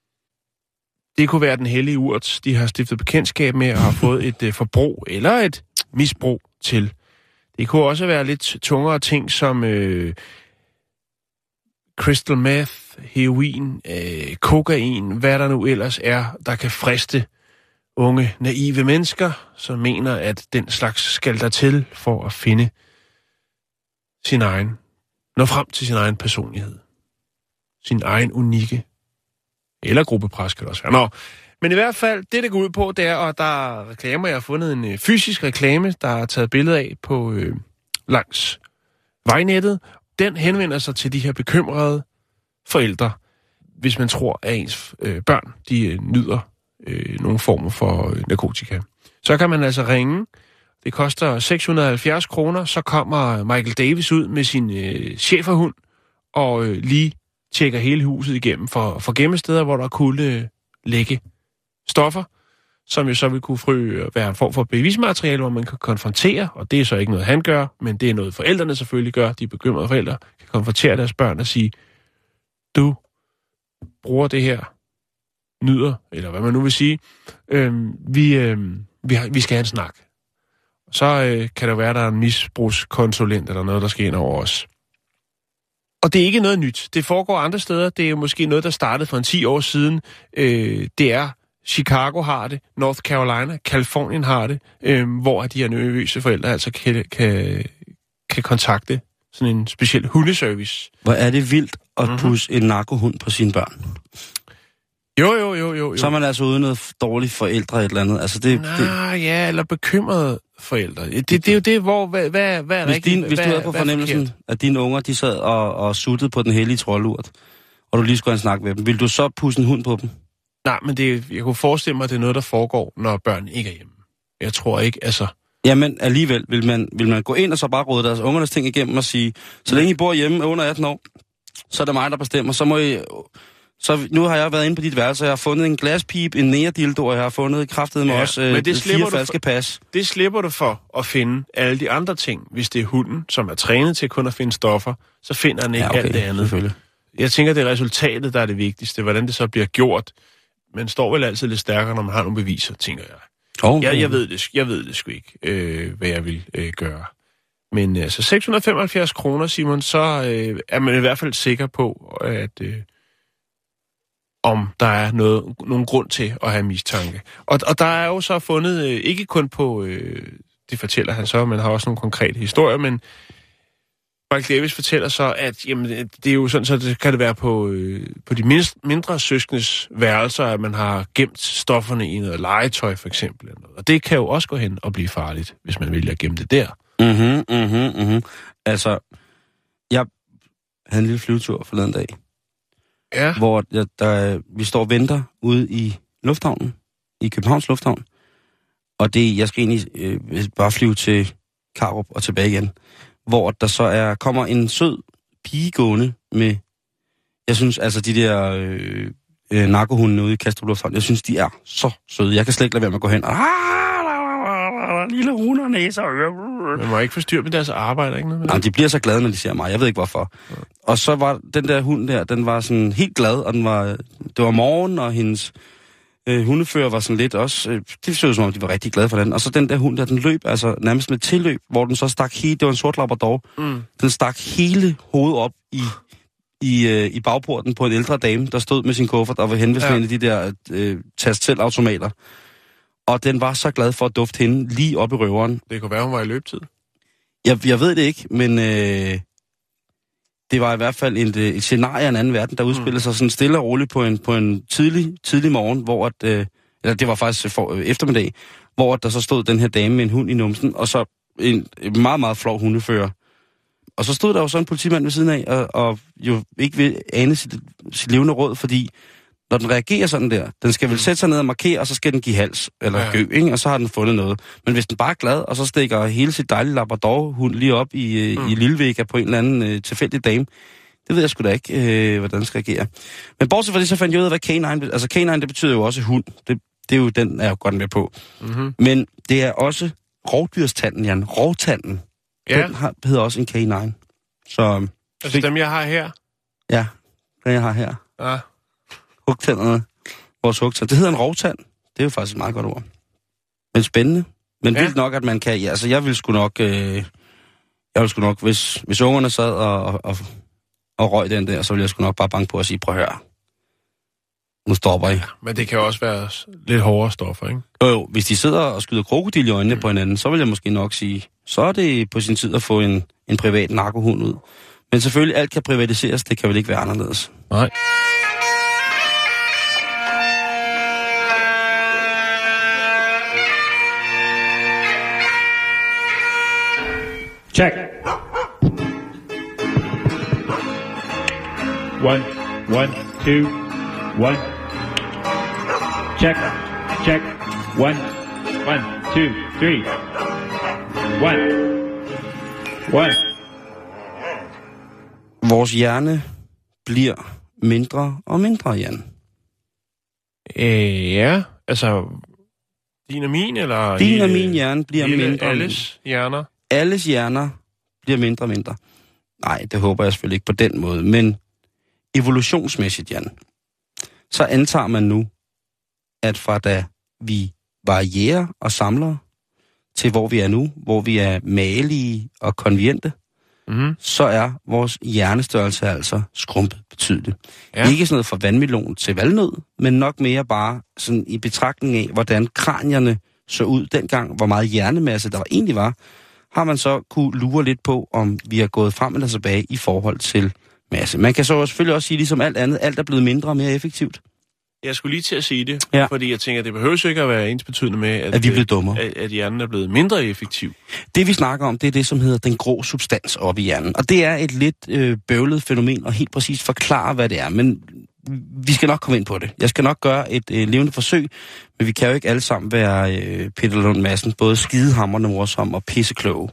Det kunne være den hellige urt, de har stiftet bekendtskab med og har fået et øh, forbrug eller et misbrug til. Det kunne også være lidt tungere ting som øh, crystal meth, heroin, øh, kokain, hvad der nu ellers er, der kan friste unge, naive mennesker, som mener, at den slags skal der til for at finde sin egen, nå frem til sin egen personlighed. Sin egen unikke, eller gruppepres kan det også være. Nå, men i hvert fald, det det går ud på, det er, og der er reklamer, jeg har fundet en øh, fysisk reklame, der er taget billede af på øh, langs vejnettet. Den henvender sig til de her bekymrede forældre, hvis man tror, at ens øh, børn, de øh, nyder øh, nogle former for øh, narkotika. Så kan man altså ringe. Det koster seks hundrede og halvfjerds kroner. Så kommer Michael Davis ud med sin øh, cheferhund og øh, lige tjekker hele huset igennem for, for gemmesteder, hvor der kunne øh, ligge stoffer, som jo så vil kunne fry, være en form for bevismateriale, hvor man kan konfrontere, og det er så ikke noget, han gør, men det er noget, forældrene selvfølgelig gør. De bekymrede forældre kan konfrontere deres børn og sige, du bruger det her, nyder, eller hvad man nu vil sige, øhm, vi, øhm, vi, har, vi skal have en snak. Så øh, kan der være, der er en misbrugskonsulent eller noget, der skal ind over os. Og det er ikke noget nyt. Det foregår andre steder. Det er jo måske noget, der startede for en ti år siden. Øh, det er Chicago har det, North Carolina, Californien har det, øh, hvor de her nervøse forældre altså kan, kan, kan kontakte sådan en speciel hundeservice. Hvor er det vildt at mm-hmm. pusse en narkohund på sine børn? Jo, jo, jo, jo, jo. Så er man altså ude noget dårlige forældre et eller andet. Altså det, Nå, det... ja, eller bekymrede forældre. Det, det er jo det, hvor, hvad, hvad, hvad er hvis rigtigt? Din, hvis hvad, du havde på fornemmelsen, at dine unger, de sad og, og suttede på den hellige troldurt, og du lige skulle have en snak med dem, vil du så pusse en hund på dem? Nej, men det, jeg kunne forestille mig, at det er noget, der foregår, når børn ikke er hjemme. Jeg tror ikke, altså... Jamen alligevel, vil man, vil man gå ind og så bare råde deres ungernes ting igennem og sige, så længe I bor hjemme under atten år, så er det mig, der bestemmer, så må I... Så nu har jeg været inde på dit værelse, og jeg har fundet en glaspip, en næredildo, og jeg har fundet kraftet med ja, også øh, fire falske for, pas. Det slipper du for at finde alle de andre ting. Hvis det er hunden, som er trænet til kun at finde stoffer, så finder den ikke ja, okay, alt det andet. Jeg tænker, det er resultatet, der er det vigtigste. Hvordan det så bliver gjort. Man står vel altid lidt stærkere, når man har nogle beviser, tænker jeg. Okay. Jeg, jeg, ved, det, jeg ved det sgu ikke, øh, hvad jeg vil øh, gøre. Men altså seks hundrede og femoghalvfjerds kroner, Simon, så øh, er man i hvert fald sikker på, at... Øh, om der er noget, nogen grund til at have mistanke. Og, og der er jo så fundet, øh, ikke kun på, øh, det fortæller han så, men har også nogle konkrete historier, men Frank Davis fortæller så, at jamen, det er jo sådan, så det kan det være på, øh, på de mindre, mindre søskendes værelser, at man har gemt stofferne i noget legetøj, for eksempel. Eller noget. Og det kan jo også gå hen og blive farligt, hvis man vælger at gemme det der. Mhm, mhm, mhm. Altså, jeg havde en lille flyvetur forleden dag. Ja. Hvor der, der, vi står og venter ude i lufthavnen, i Københavns Lufthavn. Og det, jeg skal egentlig øh, bare flyve til Karup og tilbage igen. Hvor der så er, kommer en sød pige gående med, jeg synes altså de der øh, øh, narkohunde ude i Kastrup Lufthavn, jeg synes de er så søde. Jeg kan slet ikke lade være med at gå hen og lille hunde og næse og ører. Man må ikke forstyrre med deres arbejde, ikke? Nej, de bliver så glade, når de ser mig. Jeg ved ikke, hvorfor. Ja. Og så var den der hund der, den var sådan helt glad, og den var, det var morgen, og hendes øh, hundefører var sådan lidt også, øh, det så ud som om, de var rigtig glade for den. Og så den der hund der, den løb altså nærmest med tilløb, hvor den så stak hele, det var en sort labrador, mm. den stak hele hovedet op i, i, øh, i bagporten på en ældre dame, der stod med sin kuffert og var hen ved sådan ja. de der øh, tast-selv-automater. Og den var så glad for at dufte hende lige op i røveren. Det kunne være, hun var i løbetid. Jeg, jeg ved det ikke, men øh, det var i hvert fald et, et scenarie af en anden verden, der udspillede mm. sig sådan stille og roligt på en, på en tidlig, tidlig morgen, hvor at, øh, eller det var faktisk for, øh, eftermiddag, hvor der så stod den her dame med en hund i numsen, og så en, en meget, meget flov hundefører. Og så stod der jo så en politimand ved siden af, og, og jo ikke vil ane sit, sit levende råd, fordi når den reagerer sådan der, den skal vel sætte sig ned og markere, og så skal den give hals, eller ja. gø, ikke? Og så har den fundet noget. Men hvis den bare er glad, og så stikker hele sit dejlige labrador-hund lige op i, mm. i Lillevega på en eller anden øh, tilfældig dame, det ved jeg sgu da ikke, øh, hvordan den skal reagere. Men bortset fra det, så fandt jeg ud af, hvad canine... Altså canine, det betyder jo også hund. Det, det er jo den, er jeg jo godt med på. Mm-hmm. Men det er også rovdyrstanden, Jan. Rovtanden. Ja. Den har, hedder også en canine. Så... Altså dem, jeg har her? Ja, den jeg har her. Ja. Hugtænderne. Vores hugtænd. Det hedder en rovtand. Det er jo faktisk et meget godt ord. Men spændende. Men ja. vildt nok, at man kan... Ja, altså, jeg ville sgu nok... Øh, jeg ville sgu nok... Hvis, hvis ungerne sad og, og, og røg den der, så ville jeg sgu nok bare banke på at sige, prøv at høre. Nu stopper I. Ja, men det kan også være lidt hårdere stoffer, ikke? Jo, jo. Hvis de sidder og skyder krokodil i øjnene mm. på hinanden, så vil jeg måske nok sige, så er det på sin tid at få en, en privat narkohund ud. Men selvfølgelig, alt kan privatiseres. Det kan vel ikke være anderledes. Nej. Check. One, one, two, one. Check, check. One, one, two, three. One, one. Vores hjerne bliver mindre og mindre, Jan. Øh, ja, altså din og min, eller... Din og min hjerne bliver hele mindre. Alles hjerner? Alles hjerner bliver mindre og mindre. Nej, det håber jeg selvfølgelig ikke på den måde, men evolutionsmæssigt, Jan, så antager man nu, at fra da vi var jæger og samlere, til hvor vi er nu, hvor vi er malige og konviente, mm-hmm. så er vores hjernestørrelse altså skrumpet betydeligt. Ja. Ikke sådan noget fra vandmelon til valnød, men nok mere bare sådan i betragtning af, hvordan kranierne så ud dengang, hvor meget hjernemasse der egentlig var, har man så kunne lure lidt på, om vi er gået frem eller tilbage i forhold til masse. Man kan så selvfølgelig også sige, ligesom alt andet, alt er blevet mindre og mere effektivt. Jeg skulle lige til at sige det, ja. fordi jeg tænker, at det behøver jo ikke at være ensbetydende med, at, at vi er blevet dummere. At, at hjernen er blevet mindre effektiv. Det vi snakker om, det er det, som hedder den grå substans oppe i hjernen. Og det er et lidt øh, bøvlet fænomen, og helt præcist forklare, hvad det er. Men vi skal nok komme ind på det. Jeg skal nok gøre et øh, levende forsøg, men vi kan jo ikke alle sammen være øh, Peter Lund Madsen, både skidehamrende morsom og pissekloge.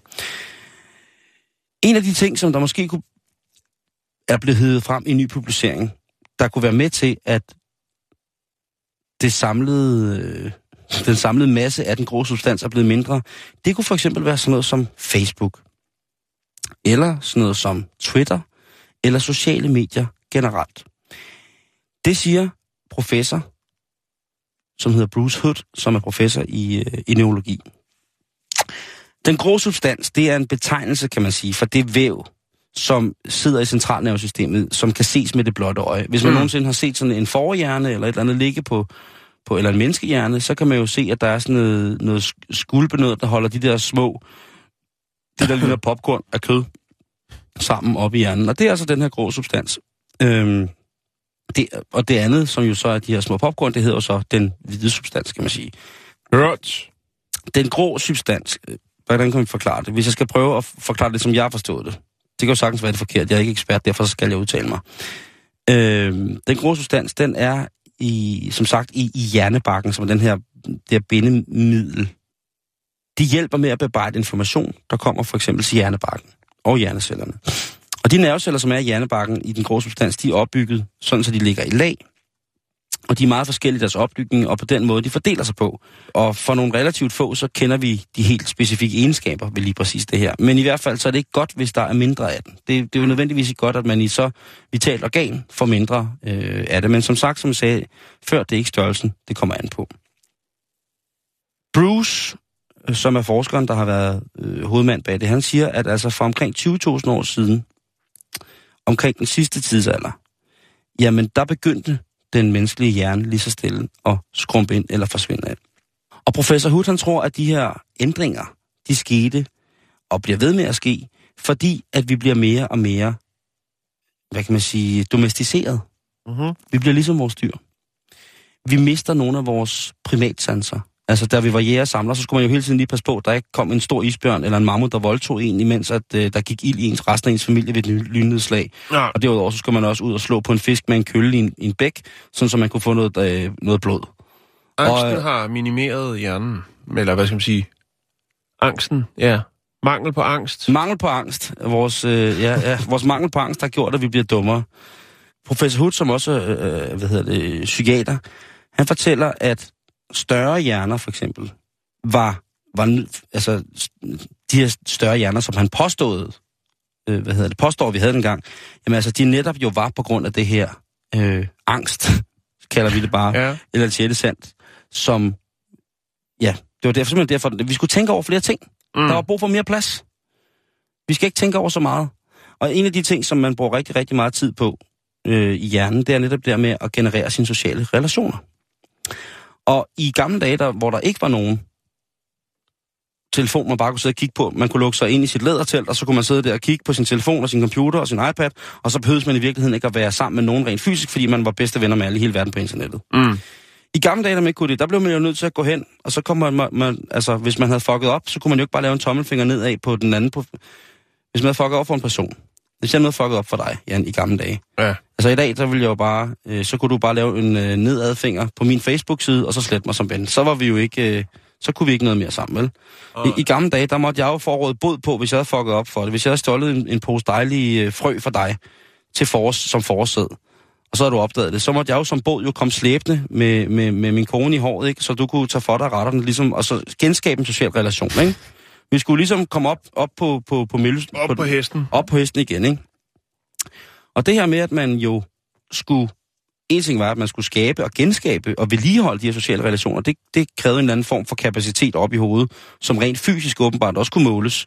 En af de ting, som der måske kunne er blevet hevet frem i en ny publicering, der kunne være med til, at det samlede, øh, den samlede masse af den grå substans er blevet mindre, det kunne for eksempel være sådan noget som Facebook, eller sådan noget som Twitter, eller sociale medier generelt. Det siger professor, som hedder Bruce Hood, som er professor i, øh, i neurologi. Den grå substans, det er en betegnelse, kan man sige, for det væv, som sidder i centralnervesystemet, som kan ses med det blotte øje. Hvis man mm. nogensinde har set sådan en forhjerne eller et eller andet ligge på, på eller en menneskehjerne, så kan man jo se, at der er sådan noget, noget skulpe noget, der holder de der små, det der ligner popcorn af kød, sammen op i hjernen. Og det er altså den her grå substans. Øhm, det, og det andet, som jo så er de her små popcorn, det hedder jo så den hvide substans, kan man sige. Hørt. Den grå substans, hvordan kan vi forklare det? Hvis jeg skal prøve at forklare det, som jeg har forstået det. Det kan jo sagtens være det forkert. Jeg er ikke ekspert, derfor skal jeg udtale mig. Øhm, den grå substans, den er i, som sagt i, i hjernebarken, som er den her, det her bindemiddel. De hjælper med at bearbejde information, der kommer for eksempel til hjernebarken og hjernecellerne. Og de nerveceller, som er i hjernebarken i den grå substans, de er opbygget sådan, så de ligger i lag. Og de er meget forskellige deres opbygning, og på den måde, de fordeler sig på. Og for nogle relativt få, så kender vi de helt specifikke egenskaber ved lige præcis det her. Men i hvert fald, så er det ikke godt, hvis der er mindre af den. Det, det er jo nødvendigvis ikke godt, at man i så vitalt organ får mindre øh, af det. Men som sagt, som jeg sagde før, det er ikke størrelsen, det kommer an på. Bruce, som er forskeren, der har været øh, hovedmand bag det, han siger, at altså for omkring tyve tusind år siden, omkring den sidste tidsalder, jamen der begyndte den menneskelige hjerne lige så stille og skrumpe ind eller forsvinde af. Og professor Hood, han tror, at de her ændringer, de skete og bliver ved med at ske, fordi at vi bliver mere og mere, hvad kan man sige, domesticeret. Mm-hmm. Vi bliver ligesom vores dyr. Vi mister nogle af vores primatsanser. Altså, da vi var jæger og samler, så skulle man jo hele tiden lige passe på, at der ikke kom en stor isbjørn eller en mammut, der voldtog en, imens at, øh, der gik ild i ens resten af ens familie ved et lynnedslag. Ja. Og derudover, så skulle man også ud og slå på en fisk med en kølle i en, i en bæk, sådan så man kunne få noget, øh, noget blod. Angsten og, øh, har minimeret hjernen. Eller hvad skal man sige? Angsten, ja. Mangel på angst. Mangel på angst. Vores, øh, ja, ja, vores mangel på angst har gjort, at vi bliver dummere. Professor Hood, som også øh, hvad hedder det, psykiater, han fortæller, at større hjerner, for eksempel, var, var altså, de her større hjerner, som han påstod, øh, hvad hedder det, påstår, vi havde dengang, jamen altså, de netop jo var på grund af det her øh, angst, kalder vi det bare, ja. Eller det sjette sandt, som, ja, det var derfor, simpelthen derfor, vi skulle tænke over flere ting. Mm. Der var brug for mere plads. Vi skal ikke tænke over så meget. Og en af de ting, som man bruger rigtig, rigtig meget tid på øh, i hjernen, det er netop der med at generere sine sociale relationer. Og i gamle dage, der, hvor der ikke var nogen telefon, man bare kunne sidde og kigge på, man kunne lukke sig ind i sit lædertelt, og så kunne man sidde der og kigge på sin telefon og sin computer og sin iPad, og så behøvede man i virkeligheden ikke at være sammen med nogen rent fysisk, fordi man var bedste venner med alle i hele verden på internettet. Mm. I gamle dage, der man ikke kunne det, der blev man jo nødt til at gå hen, og så kom man, man, altså hvis man havde fucket op, så kunne man jo ikke bare lave en tommelfinger nedad på den anden. På, hvis man havde fucket op for en person. Hvis jeg havde fucket op for dig, Jan, i gamle dage. Ja. Altså i dag, så ville jeg jo bare, øh, så kunne du bare lave en øh, nedadfinger på min Facebook-side, og så slette mig som ven. Så var vi jo ikke, øh, så kunne vi ikke noget mere sammen, vel? Uh. I, I gamle dage, der måtte jeg jo forråde bod på, hvis jeg havde fucket op for det. Hvis jeg havde stjålet en, en pose dejlige øh, frø for dig, til forårs, som forårssæd, og så havde du opdaget det, så måtte jeg jo som bod jo komme slæbende med, med, med min kone i håret, ikke? Så du kunne tage for dig retterne, ligesom, og så genskabe en social relation, ikke? Vi skulle ligesom komme op, op på, på, på, mølle, op på, på hesten. Op på hesten igen, ikke? Og det her med, at man jo skulle, en ting var, at man skulle skabe og genskabe og vedligeholde de her sociale relationer, det, det krævede en eller anden form for kapacitet op i hovedet, som rent fysisk åbenbart også kunne måles.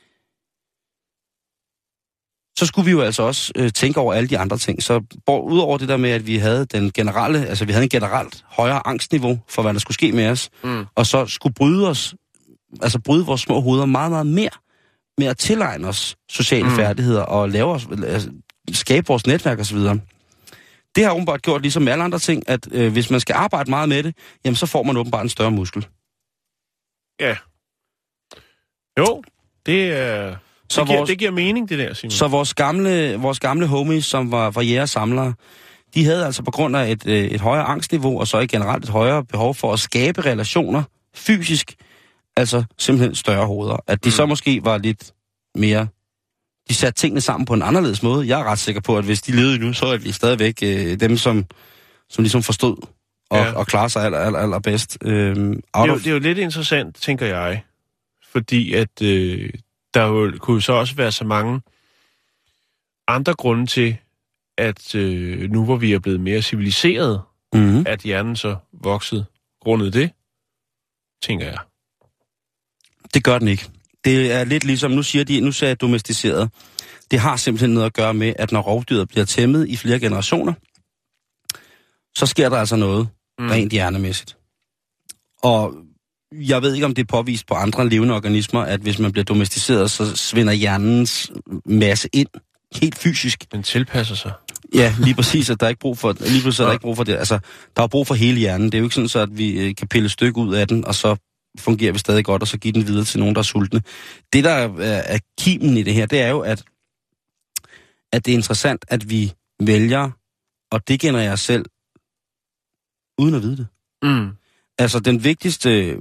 Så skulle vi jo altså også øh, tænke over alle de andre ting. Så udover det der med, at vi havde den generelle, altså vi havde en generelt højere angstniveau for, hvad der skulle ske med os, mm. og så skulle bryde os, altså bryde vores små hoveder meget, meget mere med at tilegne os sociale mm. færdigheder og lave os, altså, skabe vores netværk og så videre. Det har åbenbart gjort, ligesom med alle andre ting, at øh, hvis man skal arbejde meget med det, jamen så får man åbenbart en større muskel. Ja. Jo, det, er, så det, giver, vores, det giver mening, det der, Simon. Så vores gamle, vores gamle homies, som var, var jægersamlere, de havde altså på grund af et, øh, et højere angstniveau, og så i generelt et højere behov for at skabe relationer fysisk, altså simpelthen større hoveder. At de mm. så måske var lidt mere... De satte tingene sammen på en anderledes måde. Jeg er ret sikker på, at hvis de levede nu, så er de stadigvæk øh, dem, som, som ligesom forstod og, ja. og klarer sig aller, aller, aller bedst. Øh, det, er jo, det er jo lidt interessant, tænker jeg. Fordi at øh, der jo, kunne jo så også være så mange andre grunde til, at øh, nu hvor vi er blevet mere civiliseret, mm-hmm. at hjernen så voksede grundet det, tænker jeg. Det gør den ikke. Det er lidt ligesom, nu siger de, nu sagde jeg domesticeret. Det har simpelthen noget at gøre med, at når rovdyret bliver tæmmet i flere generationer, så sker der altså noget mm. rent hjernemæssigt. Og jeg ved ikke, om det er påvist på andre levende organismer, at hvis man bliver domesticeret, så svinder hjernens masse ind, helt fysisk. Den tilpasser sig. Ja, lige præcis, at der er ikke brug for, lige præcis, er der ikke brug for det. Altså, der er brug for hele hjernen. Det er jo ikke sådan, så at vi kan pille et stykke ud af den, og så fungerer vi stadig godt, og så give den videre til nogen, der er sultne. Det, der er kimen i det her, det er jo, at, at det er interessant, at vi vælger at degenerere os selv, uden at vide det. Mm. Altså, den vigtigste,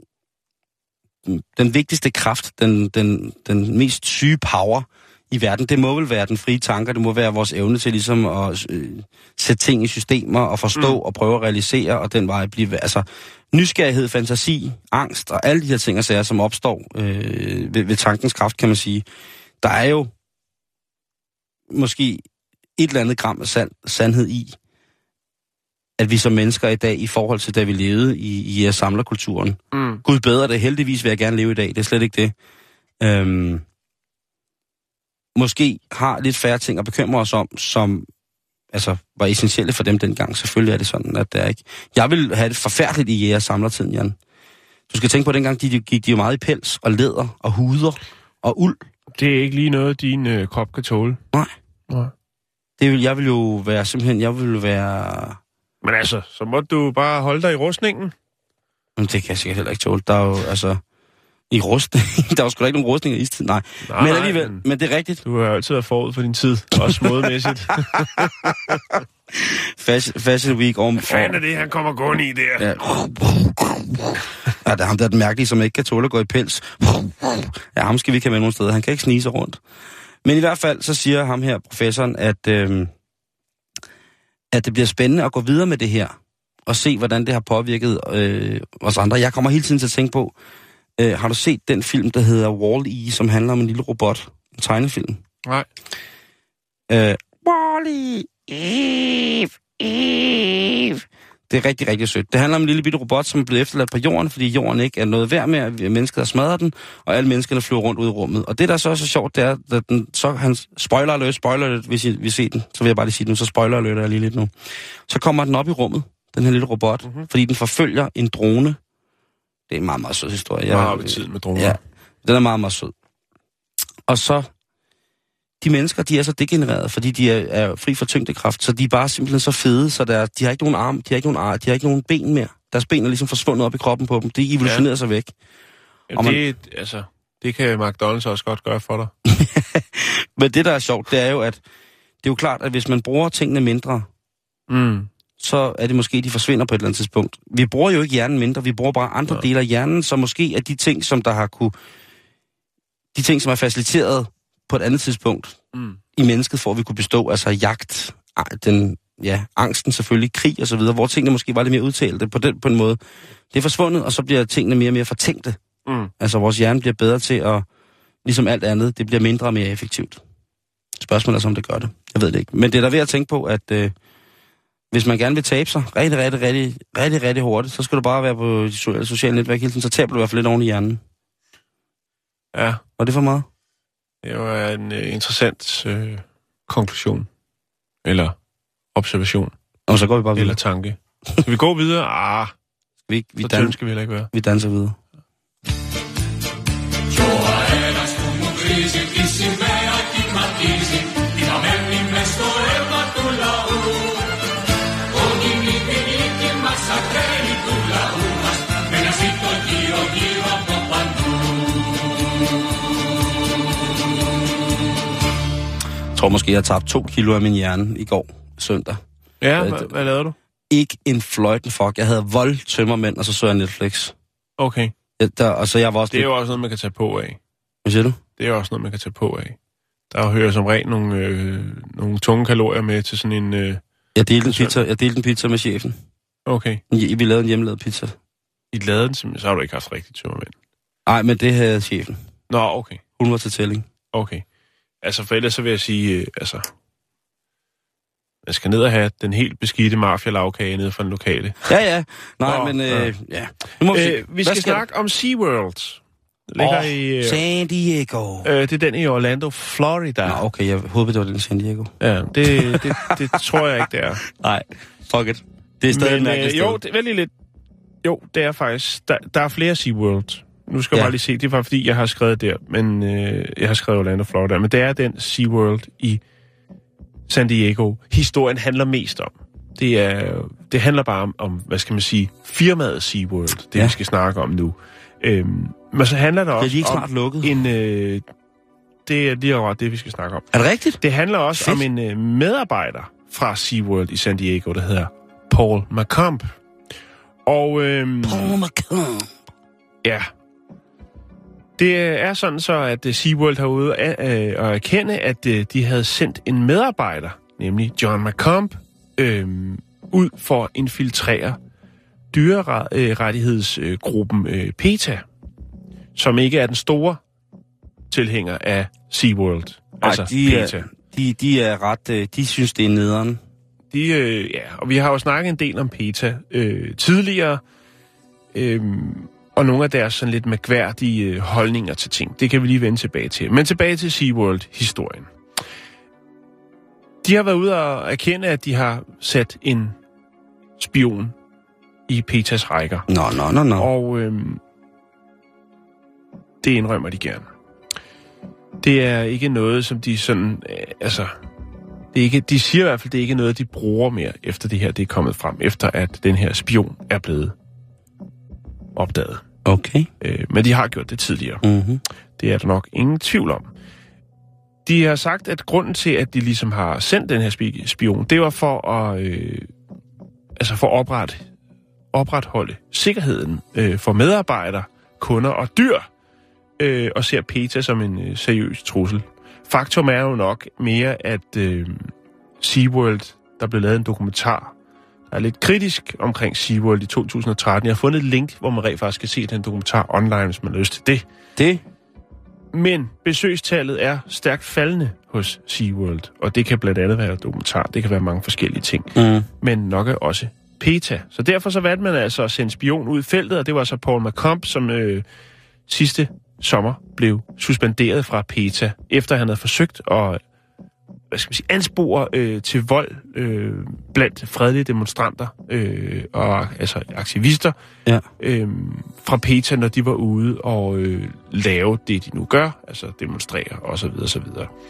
den vigtigste kraft, den, den, den mest syge power i verden, det må vel være den frie tanker, det må være vores evne til ligesom at øh, sætte ting i systemer, og forstå mm. og prøve at realisere, og den vej blive, altså nysgerrighed, fantasi, angst og alle de her ting og sager, som opstår øh, ved, ved tankens kraft, kan man sige. Der er jo måske et eller andet gram af sand, sandhed i, at vi som mennesker i dag, i forhold til da vi levede i, i samlerkulturen, mm. Gud bedre det, heldigvis vil jeg gerne leve i dag, det er slet ikke det. Øhm, måske har lidt færre ting at bekymre os om, som altså var essentielle for dem dengang. Selvfølgelig er det sådan, at det er ikke. Jeg vil have det forfærdeligt i jæger samlertiden, Jan. Du skal tænke på, at dengang de, de gik de jo meget i pels og læder og huder og uld. Det er ikke lige noget, din øh, krop kan tåle. Nej. Nej. Det vil, jeg vil jo være simpelthen, jeg vil være... Men altså, så må du bare holde dig i rustningen. Men det kan jeg sikkert heller ikke tåle. Der er jo, altså... I rustning? Der var sgu da ikke nogen rustning i istid. Nej. nej, men alligevel, men, men det er rigtigt. Du har jo altid været forud for din tid, også modemæssigt. Fashion, fashion Week om... Hvad fanden er det, han kommer gående i der? Ja. Ja, det er ham, der er den mærkelige, som ikke kan tåle at gå i pels. Ja, ham skal vi ikke have med nogen steder. Han kan ikke snige sig rundt. Men i hvert fald, så siger ham her, professoren, at, øh, at det bliver spændende at gå videre med det her, og se, hvordan det har påvirket øh, os andre. Jeg kommer hele tiden til at tænke på, øh, har du set den film, der hedder Wall-E, som handler om en lille robot? En tegnefilm. Nej. Øh, Wall-E, Eve, Eve. Det er rigtig, rigtig sødt. Det handler om en lille bitte robot, som er blevet efterladt på jorden, fordi jorden ikke er noget værd med, at mennesket har smadret den, og alle menneskerne flyver rundt ud i rummet. Og det, der så er så sjovt, det er, at den, så han spoiler alert, spoiler alert, hvis I vil se den, så vil jeg bare lige sige den, så spoiler alert er lige lidt nu. Så kommer den op i rummet, den her lille robot, mm-hmm. fordi den forfølger en drone. Det er en meget, meget sød historie. Jeg har tid med droner. Ja, den er meget, meget sød. Og så, de mennesker, de er så degenereret, fordi de er, er fri for tyngdekraft, så de er bare simpelthen så fede, så der, de har ikke nogen arm, de har ikke nogen arm, de har ikke nogen ben mere. Deres ben er ligesom forsvundet op i kroppen på dem. De evolutionerer ja. sig væk. Jamen, man, det, altså, det kan McDonald's også godt gøre for dig. Men det, der er sjovt, det er jo, at det er jo klart, at hvis man bruger tingene mindre, mm. så er det måske, de forsvinder på et eller andet tidspunkt. Vi bruger jo ikke hjernen mindre, vi bruger bare andre ja. dele af hjernen, så måske er de ting, som der har kunne, de ting, som er faciliteret på et andet tidspunkt mm. i mennesket, for at vi kunne bestå, altså jagt, den, ja, angsten selvfølgelig, krig og så videre, hvor tingene måske var lidt mere udtalte på, den, på en måde. Det er forsvundet, og så bliver tingene mere og mere fortænkte. Mm. Altså vores hjerne bliver bedre til at, ligesom alt andet, det bliver mindre og mere effektivt. Spørgsmålet er så, om det gør det. Jeg ved det ikke. Men det er der ved at tænke på, at øh, hvis man gerne vil tabe sig rigtig, rigtig, rigtig, rigtig, rigtig hurtigt, så skal du bare være på de sociale netværk hele tiden, så taber du i hvert fald lidt oven i hjernen. Ja. Var det for meget? Det var en uh, interessant uh, konklusion. Eller observation. Og så går vi bare videre. Eller tanke. Skal vi gå videre? Ah, vi, vi så dan- tynd skal vi heller ikke være. Vi danser videre. Jeg tror måske, jeg har tabt to kilo af min hjerne i går, søndag. Ja, hvad, hvad lavede du? Ikke en fløjten fuck. Jeg havde voldtømmermænd, og så så jeg Netflix. Okay. Ja, der, og så jeg var også det er lidt... jo også noget, man kan tage på af. Hvad siger du? Det er jo også noget, man kan tage på af. Der hører som regel nogle, øh, nogle tunge kalorier med til sådan en... Øh, jeg, delte en pizza, jeg delte en pizza med chefen. Okay. Ja, vi lavede en hjemmelavet pizza. I lavede den, så har du ikke haft rigtig tømmermænd? Nej, men det havde chefen. Nå, okay. Hun var til tælling. Okay. Altså for ellers så vil jeg sige, øh, altså... Man skal ned og have den helt beskidte mafia-lavkage nede fra den lokale. Ja, ja. Nej, Nå, men... Øh, ja. ja. Nu må vi, øh, vi skal, skal snakke om SeaWorld. Ligger oh, i... Øh, San Diego. Øh, det er den i Orlando, Florida. Nå, okay. Jeg håber, det var den i San Diego. Ja, det, det, det tror jeg ikke, det er. Nej, fuck it. Det er stadig en mærkelig øh, Jo, det er lidt... Jo, det er faktisk... Der, der er flere SeaWorld. Nu skal jeg ja. bare lige se. Det er bare fordi, jeg har skrevet der. Men øh, jeg har skrevet Orlando, Florida. Men det er den SeaWorld i San Diego. Historien handler mest om. Det, er, det handler bare om, om, hvad skal man sige, firmaet SeaWorld. Det ja. vi skal snakke om nu. Øhm, men så handler det også det er lige snart om lukket. en... Øh, det er lige ret det, vi skal snakke om. Er det rigtigt? Det handler også Fedt. om en øh, medarbejder fra SeaWorld i San Diego, der hedder Paul McComb. Og... Øhm, Paul McComb. Ja. Det er sådan så, at SeaWorld har ude at, øh, at erkende, at øh, de havde sendt en medarbejder, nemlig John McComb, øh, ud for at infiltrere dyrerettighedsgruppen øh, PETA, som ikke er den store tilhænger af SeaWorld. Ej, altså de PETA. Er, de, de er ret... Øh, de synes, det er nederen. De, øh, ja, og vi har jo snakket en del om PETA øh, tidligere, øh, og nogle af deres sådan lidt mærkværdige øh, holdninger til ting. Det kan vi lige vende tilbage til. Men tilbage til SeaWorld-historien. De har været ude og erkende, at de har sat en spion i PETAs rækker. Nå, nå, nå, nå. Og øh, det indrømmer de gerne. Det er ikke noget, som de sådan... Øh, altså... Det er ikke, de siger i hvert fald, det er ikke noget, de bruger mere, efter det her det er kommet frem, efter at den her spion er blevet opdaget. Okay. Øh, men de har gjort det tidligere. Mm-hmm. Det er der nok ingen tvivl om. De har sagt, at grunden til, at de ligesom har sendt den her spion, det var for at, øh, altså for at opret, opretholde sikkerheden øh, for medarbejdere, kunder og dyr, øh, og ser PETA som en øh, seriøs trussel. Faktum er jo nok mere, at øh, SeaWorld, der blev lavet en dokumentar, der er lidt kritisk omkring SeaWorld i to tusind og tretten. Jeg har fundet et link, hvor man rent faktisk kan se den dokumentar online, hvis man har lyst til det. Det? Men besøgstallet er stærkt faldende hos SeaWorld, og det kan blandt andet være dokumentar, det kan være mange forskellige ting, mm. men nok også PETA. Så derfor så valgte man altså at sende spion ud i feltet, og det var så Paul McComb, som øh, sidste sommer blev suspenderet fra PETA, efter han havde forsøgt at hvad skal man sige, anspore øh, til vold øh, blandt fredelige demonstranter øh, og altså aktivister ja. øh, fra PETA, når de var ude og øh, lave det, de nu gør, altså demonstrere osv. osv.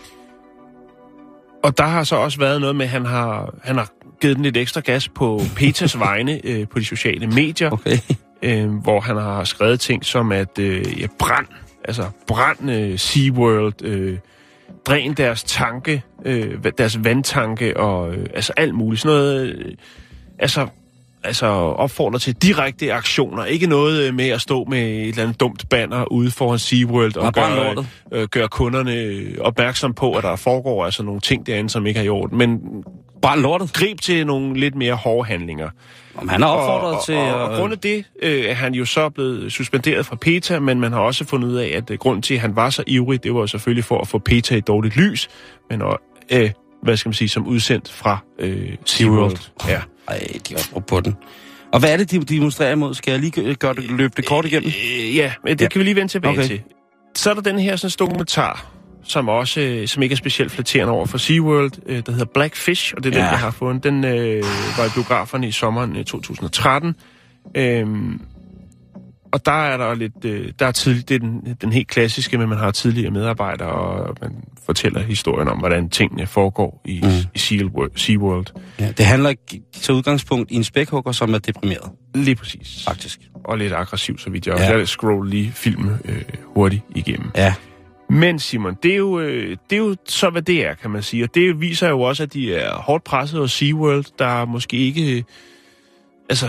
Og der har så også været noget med, at han har, han har givet den lidt ekstra gas på PETAs vegne øh, på de sociale medier, okay. øh, hvor han har skrevet ting som, at øh, ja, brand, altså brand øh, SeaWorld, øh, dræn deres tanke, øh, deres vandtanke og øh, altså alt muligt. Sådan noget, øh, altså, altså opfordrer til direkte aktioner. Ikke noget med at stå med et eller andet dumt banner ude foran SeaWorld og gøre, øh, gøre kunderne opmærksom på, at der foregår altså nogle ting derinde, som ikke er i orden. Men bare lortet. Grib til nogle lidt mere hårde handlinger. Om han har opfordret og, til... Og, og, og grund af det øh, er han jo så blevet suspenderet fra PETA, men man har også fundet ud af, at øh, grunden til, at han var så ivrig, det var selvfølgelig for at få PETA i dårligt lys, men og, øh, hvad skal man sige, som udsendt fra øh, SeaWorld. Ja. Ej, de var brugt på den. Og hvad er det, de demonstrerer imod? Skal jeg lige gøre det, løbe det kort igennem? Øh, ja, men det ja. kan vi lige vende tilbage okay. til. Så er der den her sådan, dokumentar, som også som ikke er specielt flatterende over for SeaWorld, øh, der hedder Blackfish, og det er ja. den, jeg har fundet. Den øh, var i biograferne i sommeren to tusind og tretten. Øhm, og der er der lidt, øh, der er tidlig, det er den, den helt klassiske, men man har tidligere medarbejdere, og man fortæller historien om, hvordan tingene foregår i, mm. i SeaWorld. Ja, det handler ikke til udgangspunkt i en spækhugger, som er deprimeret. Lige præcis. Faktisk. Og lidt aggressiv, så vidt jeg ja. også. Jeg scroller lige filmen øh, hurtigt igennem. Ja. Men Simon, det er, jo, øh, det er jo så, hvad det er, kan man sige. Og det viser jo også, at de er hårdt presset hos SeaWorld, der måske ikke... Øh, altså...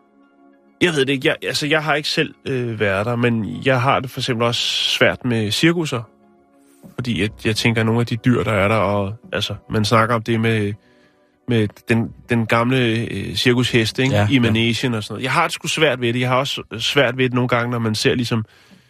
Jeg ved det ikke. Jeg, altså, jeg har ikke selv øh, været der, men jeg har det for eksempel også svært med cirkusser. Fordi jeg, jeg tænker, at nogle af de dyr, der er der, og altså, man snakker om det med, med den, den gamle øh, cirkushest, ikke? Ja, i managen ja. og sådan noget. Jeg har det sgu svært ved det. Jeg har også svært ved det nogle gange, når man ser ligesom...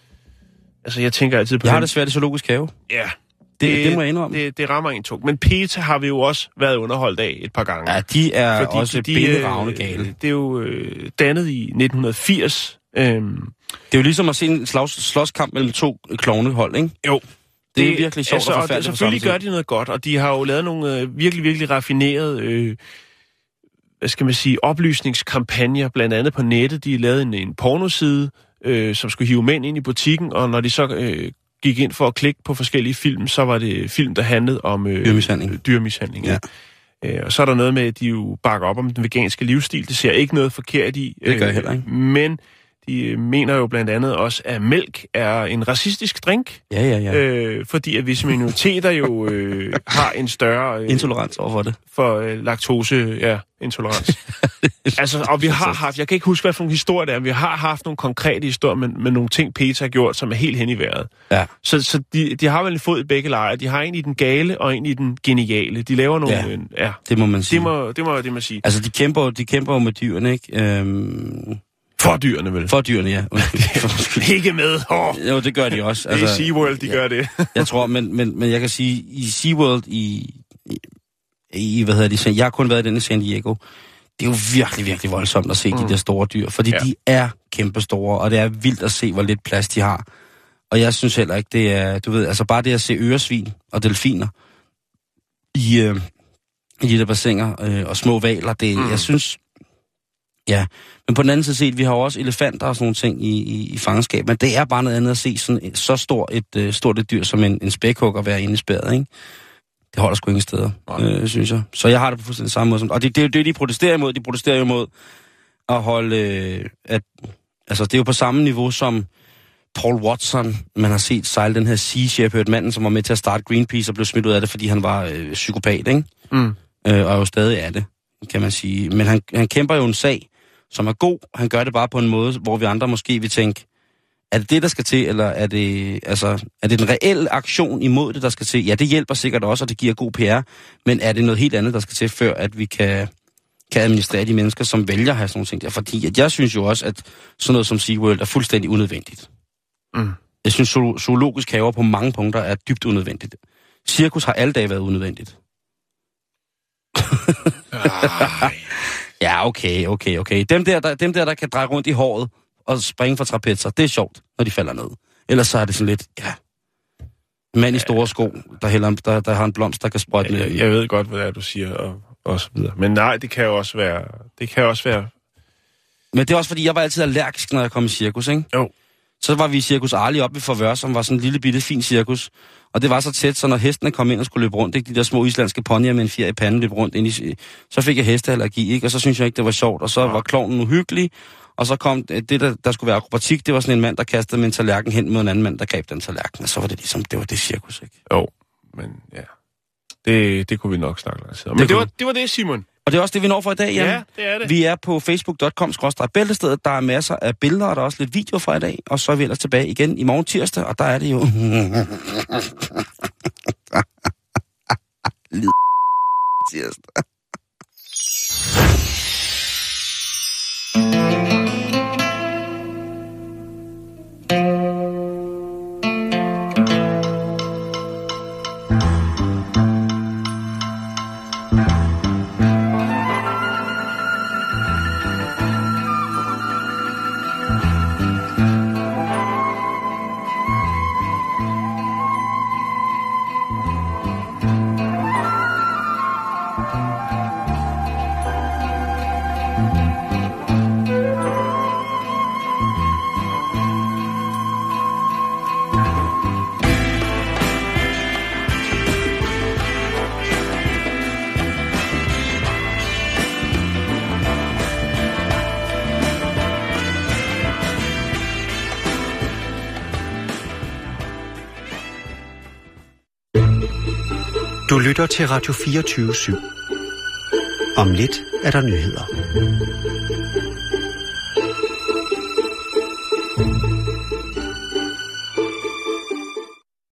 Altså, jeg tænker altid på... Jeg den... har det svært i zoologisk have. Ja. Det, det, det må jeg indrømme. Det, det rammer en tung. Men PETA har vi jo også været underholdt af et par gange. Ja, de er fordi også de, benderavne gale. Det er jo øh, dannet i nitten firs. Øhm. Det er jo ligesom at se en slags, slåskamp mellem to klovnehold, ikke? Jo. Det, det er virkelig sjovt altså, og forfærdeligt. Og selvfølgelig gør de noget godt, og de har jo lavet nogle øh, virkelig, virkelig raffinerede... Øh, hvad skal man sige, oplysningskampagner, blandt andet på nettet. De lavede en, en pornoside, øh, som skulle hive mænd ind i butikken, og når de så... Øh, gik ind for at klikke på forskellige film, så var det film, der handlede om øh, dyrmishandling. dyrmishandling ja. øh, og så er der noget med, at de jo bakker op om den veganske livsstil. Det ser ikke noget forkert i. Det gør jeg heller ikke. Men de mener jo blandt andet også, at mælk er en racistisk drink. Ja, ja, ja. Øh, fordi at visse minoriteter jo øh, har en større... Øh, intolerans overfor det. For øh, laktose, ja, intolerans. altså, og vi har haft... Jeg kan ikke huske, hvad for nogle historier det er, men vi har haft nogle konkrete historier med, med nogle ting, PETA har gjort, som er helt hen i vejret. Ja. Så, så de, de har vel en fod i begge lejre. De har en i den gale, og en i den geniale. De laver nogle... Ja, øh, ja. det må man sige. Det må, det må det må sige. Altså, de kæmper, de kæmper jo med dyrene, ikke? Øhm... For dyrene, vel? For dyrene, ja. Ikke med. Oh. Jo, det gør de også. Altså, i SeaWorld, de ja, gør det. jeg tror, men, men, men jeg kan sige, i SeaWorld, i, i, i hvad hedder det, jeg har kun været i denne San Diego, det er jo virkelig, virkelig voldsomt at se mm. de der store dyr, fordi ja. de er kæmpe store, og det er vildt at se, hvor lidt plads de har. Og jeg synes heller ikke, det er, du ved, altså bare det at se øresvin og delfiner i, øh, i de der bassiner øh, og små hvaler, det, mm. jeg synes... Ja, men på den anden side set, vi har jo også elefanter og sådan nogle ting i, i, i fangenskab, men det er bare noget andet at se sådan et, så stort et, uh, stort et dyr som en, en spækhugger være indespærret, ikke? Det holder sgu ingen steder, øh, synes jeg. Så jeg har det på fuldstændig samme måde som... Og det, det er jo det, de protesterer imod. De protesterer jo imod at holde... Øh, at, altså, det er jo på samme niveau som Paul Watson, man har set sejle den her Sea Shepherd, manden, som var med til at starte Greenpeace og blev smidt ud af det, fordi han var øh, psykopat, ikke? Mm. Øh, og er jo stadig er det, kan man sige. Men han, han kæmper jo en sag, som er god. Han gør det bare på en måde, hvor vi andre måske vil tænke, er det det, der skal til, eller er det, altså, er det en reel aktion imod det, der skal til? Ja, det hjælper sikkert også, og det giver god P R, men er det noget helt andet, der skal til, før at vi kan, kan administrere de mennesker, som vælger at have sådan nogle ting der? Fordi at jeg synes jo også, at sådan noget som SeaWorld er fuldstændig unødvendigt. Mm. Jeg synes, zoologisk haver på mange punkter er dybt unødvendigt. Cirkus har alle dage været unødvendigt. Ja, okay, okay, okay. Dem der, der, dem der, der kan dreje rundt i håret og springe fra trapetser, det er sjovt, når de falder ned. Ellers så er det sådan lidt, ja... En mand i store sko, der, hælder, der, der har en blomst, der kan sprøjte ned. Jeg, jeg ved godt, hvad det er, du siger, og, og så videre. Men nej, det kan jo også være... Det kan også være... Men det er også, fordi jeg var altid allergisk, når jeg kom i cirkus, ikke? Jo. Så var vi i Cirkus Arli oppe ved Forvør, som var sådan en lille bitte fin cirkus. Og det var så tæt, så når hestene kom ind og skulle løbe rundt, ikke? De der små islandske ponyer med en fjer i panden løb rundt ind i... Så fik jeg hesteallergi, ikke? Og så synes jeg ikke, det var sjovt. Og så ja. var klovnen uhyggelig. Og så kom det, der, der skulle være akrobatik, det var sådan en mand, der kastede med en tallerken hen mod en anden mand, der greb den tallerken. Og så var det ligesom, det var det cirkus, ikke? Jo, men ja. Det, det kunne vi nok snakke lidt om. Men det, det, var, det var det, Simon. Og det er også det, vi når for i dag, Jan. Ja, det er det. Vi er på facebook punktum com skråstreg bæltestedet. Der er masser af billeder, og der er også lidt video fra i dag. Og så er vi ellers tilbage igen i morgen tirsdag, og der er det jo... tirsdag. Du lytter til Radio fireogtyve syv. Om lidt er der nyheder.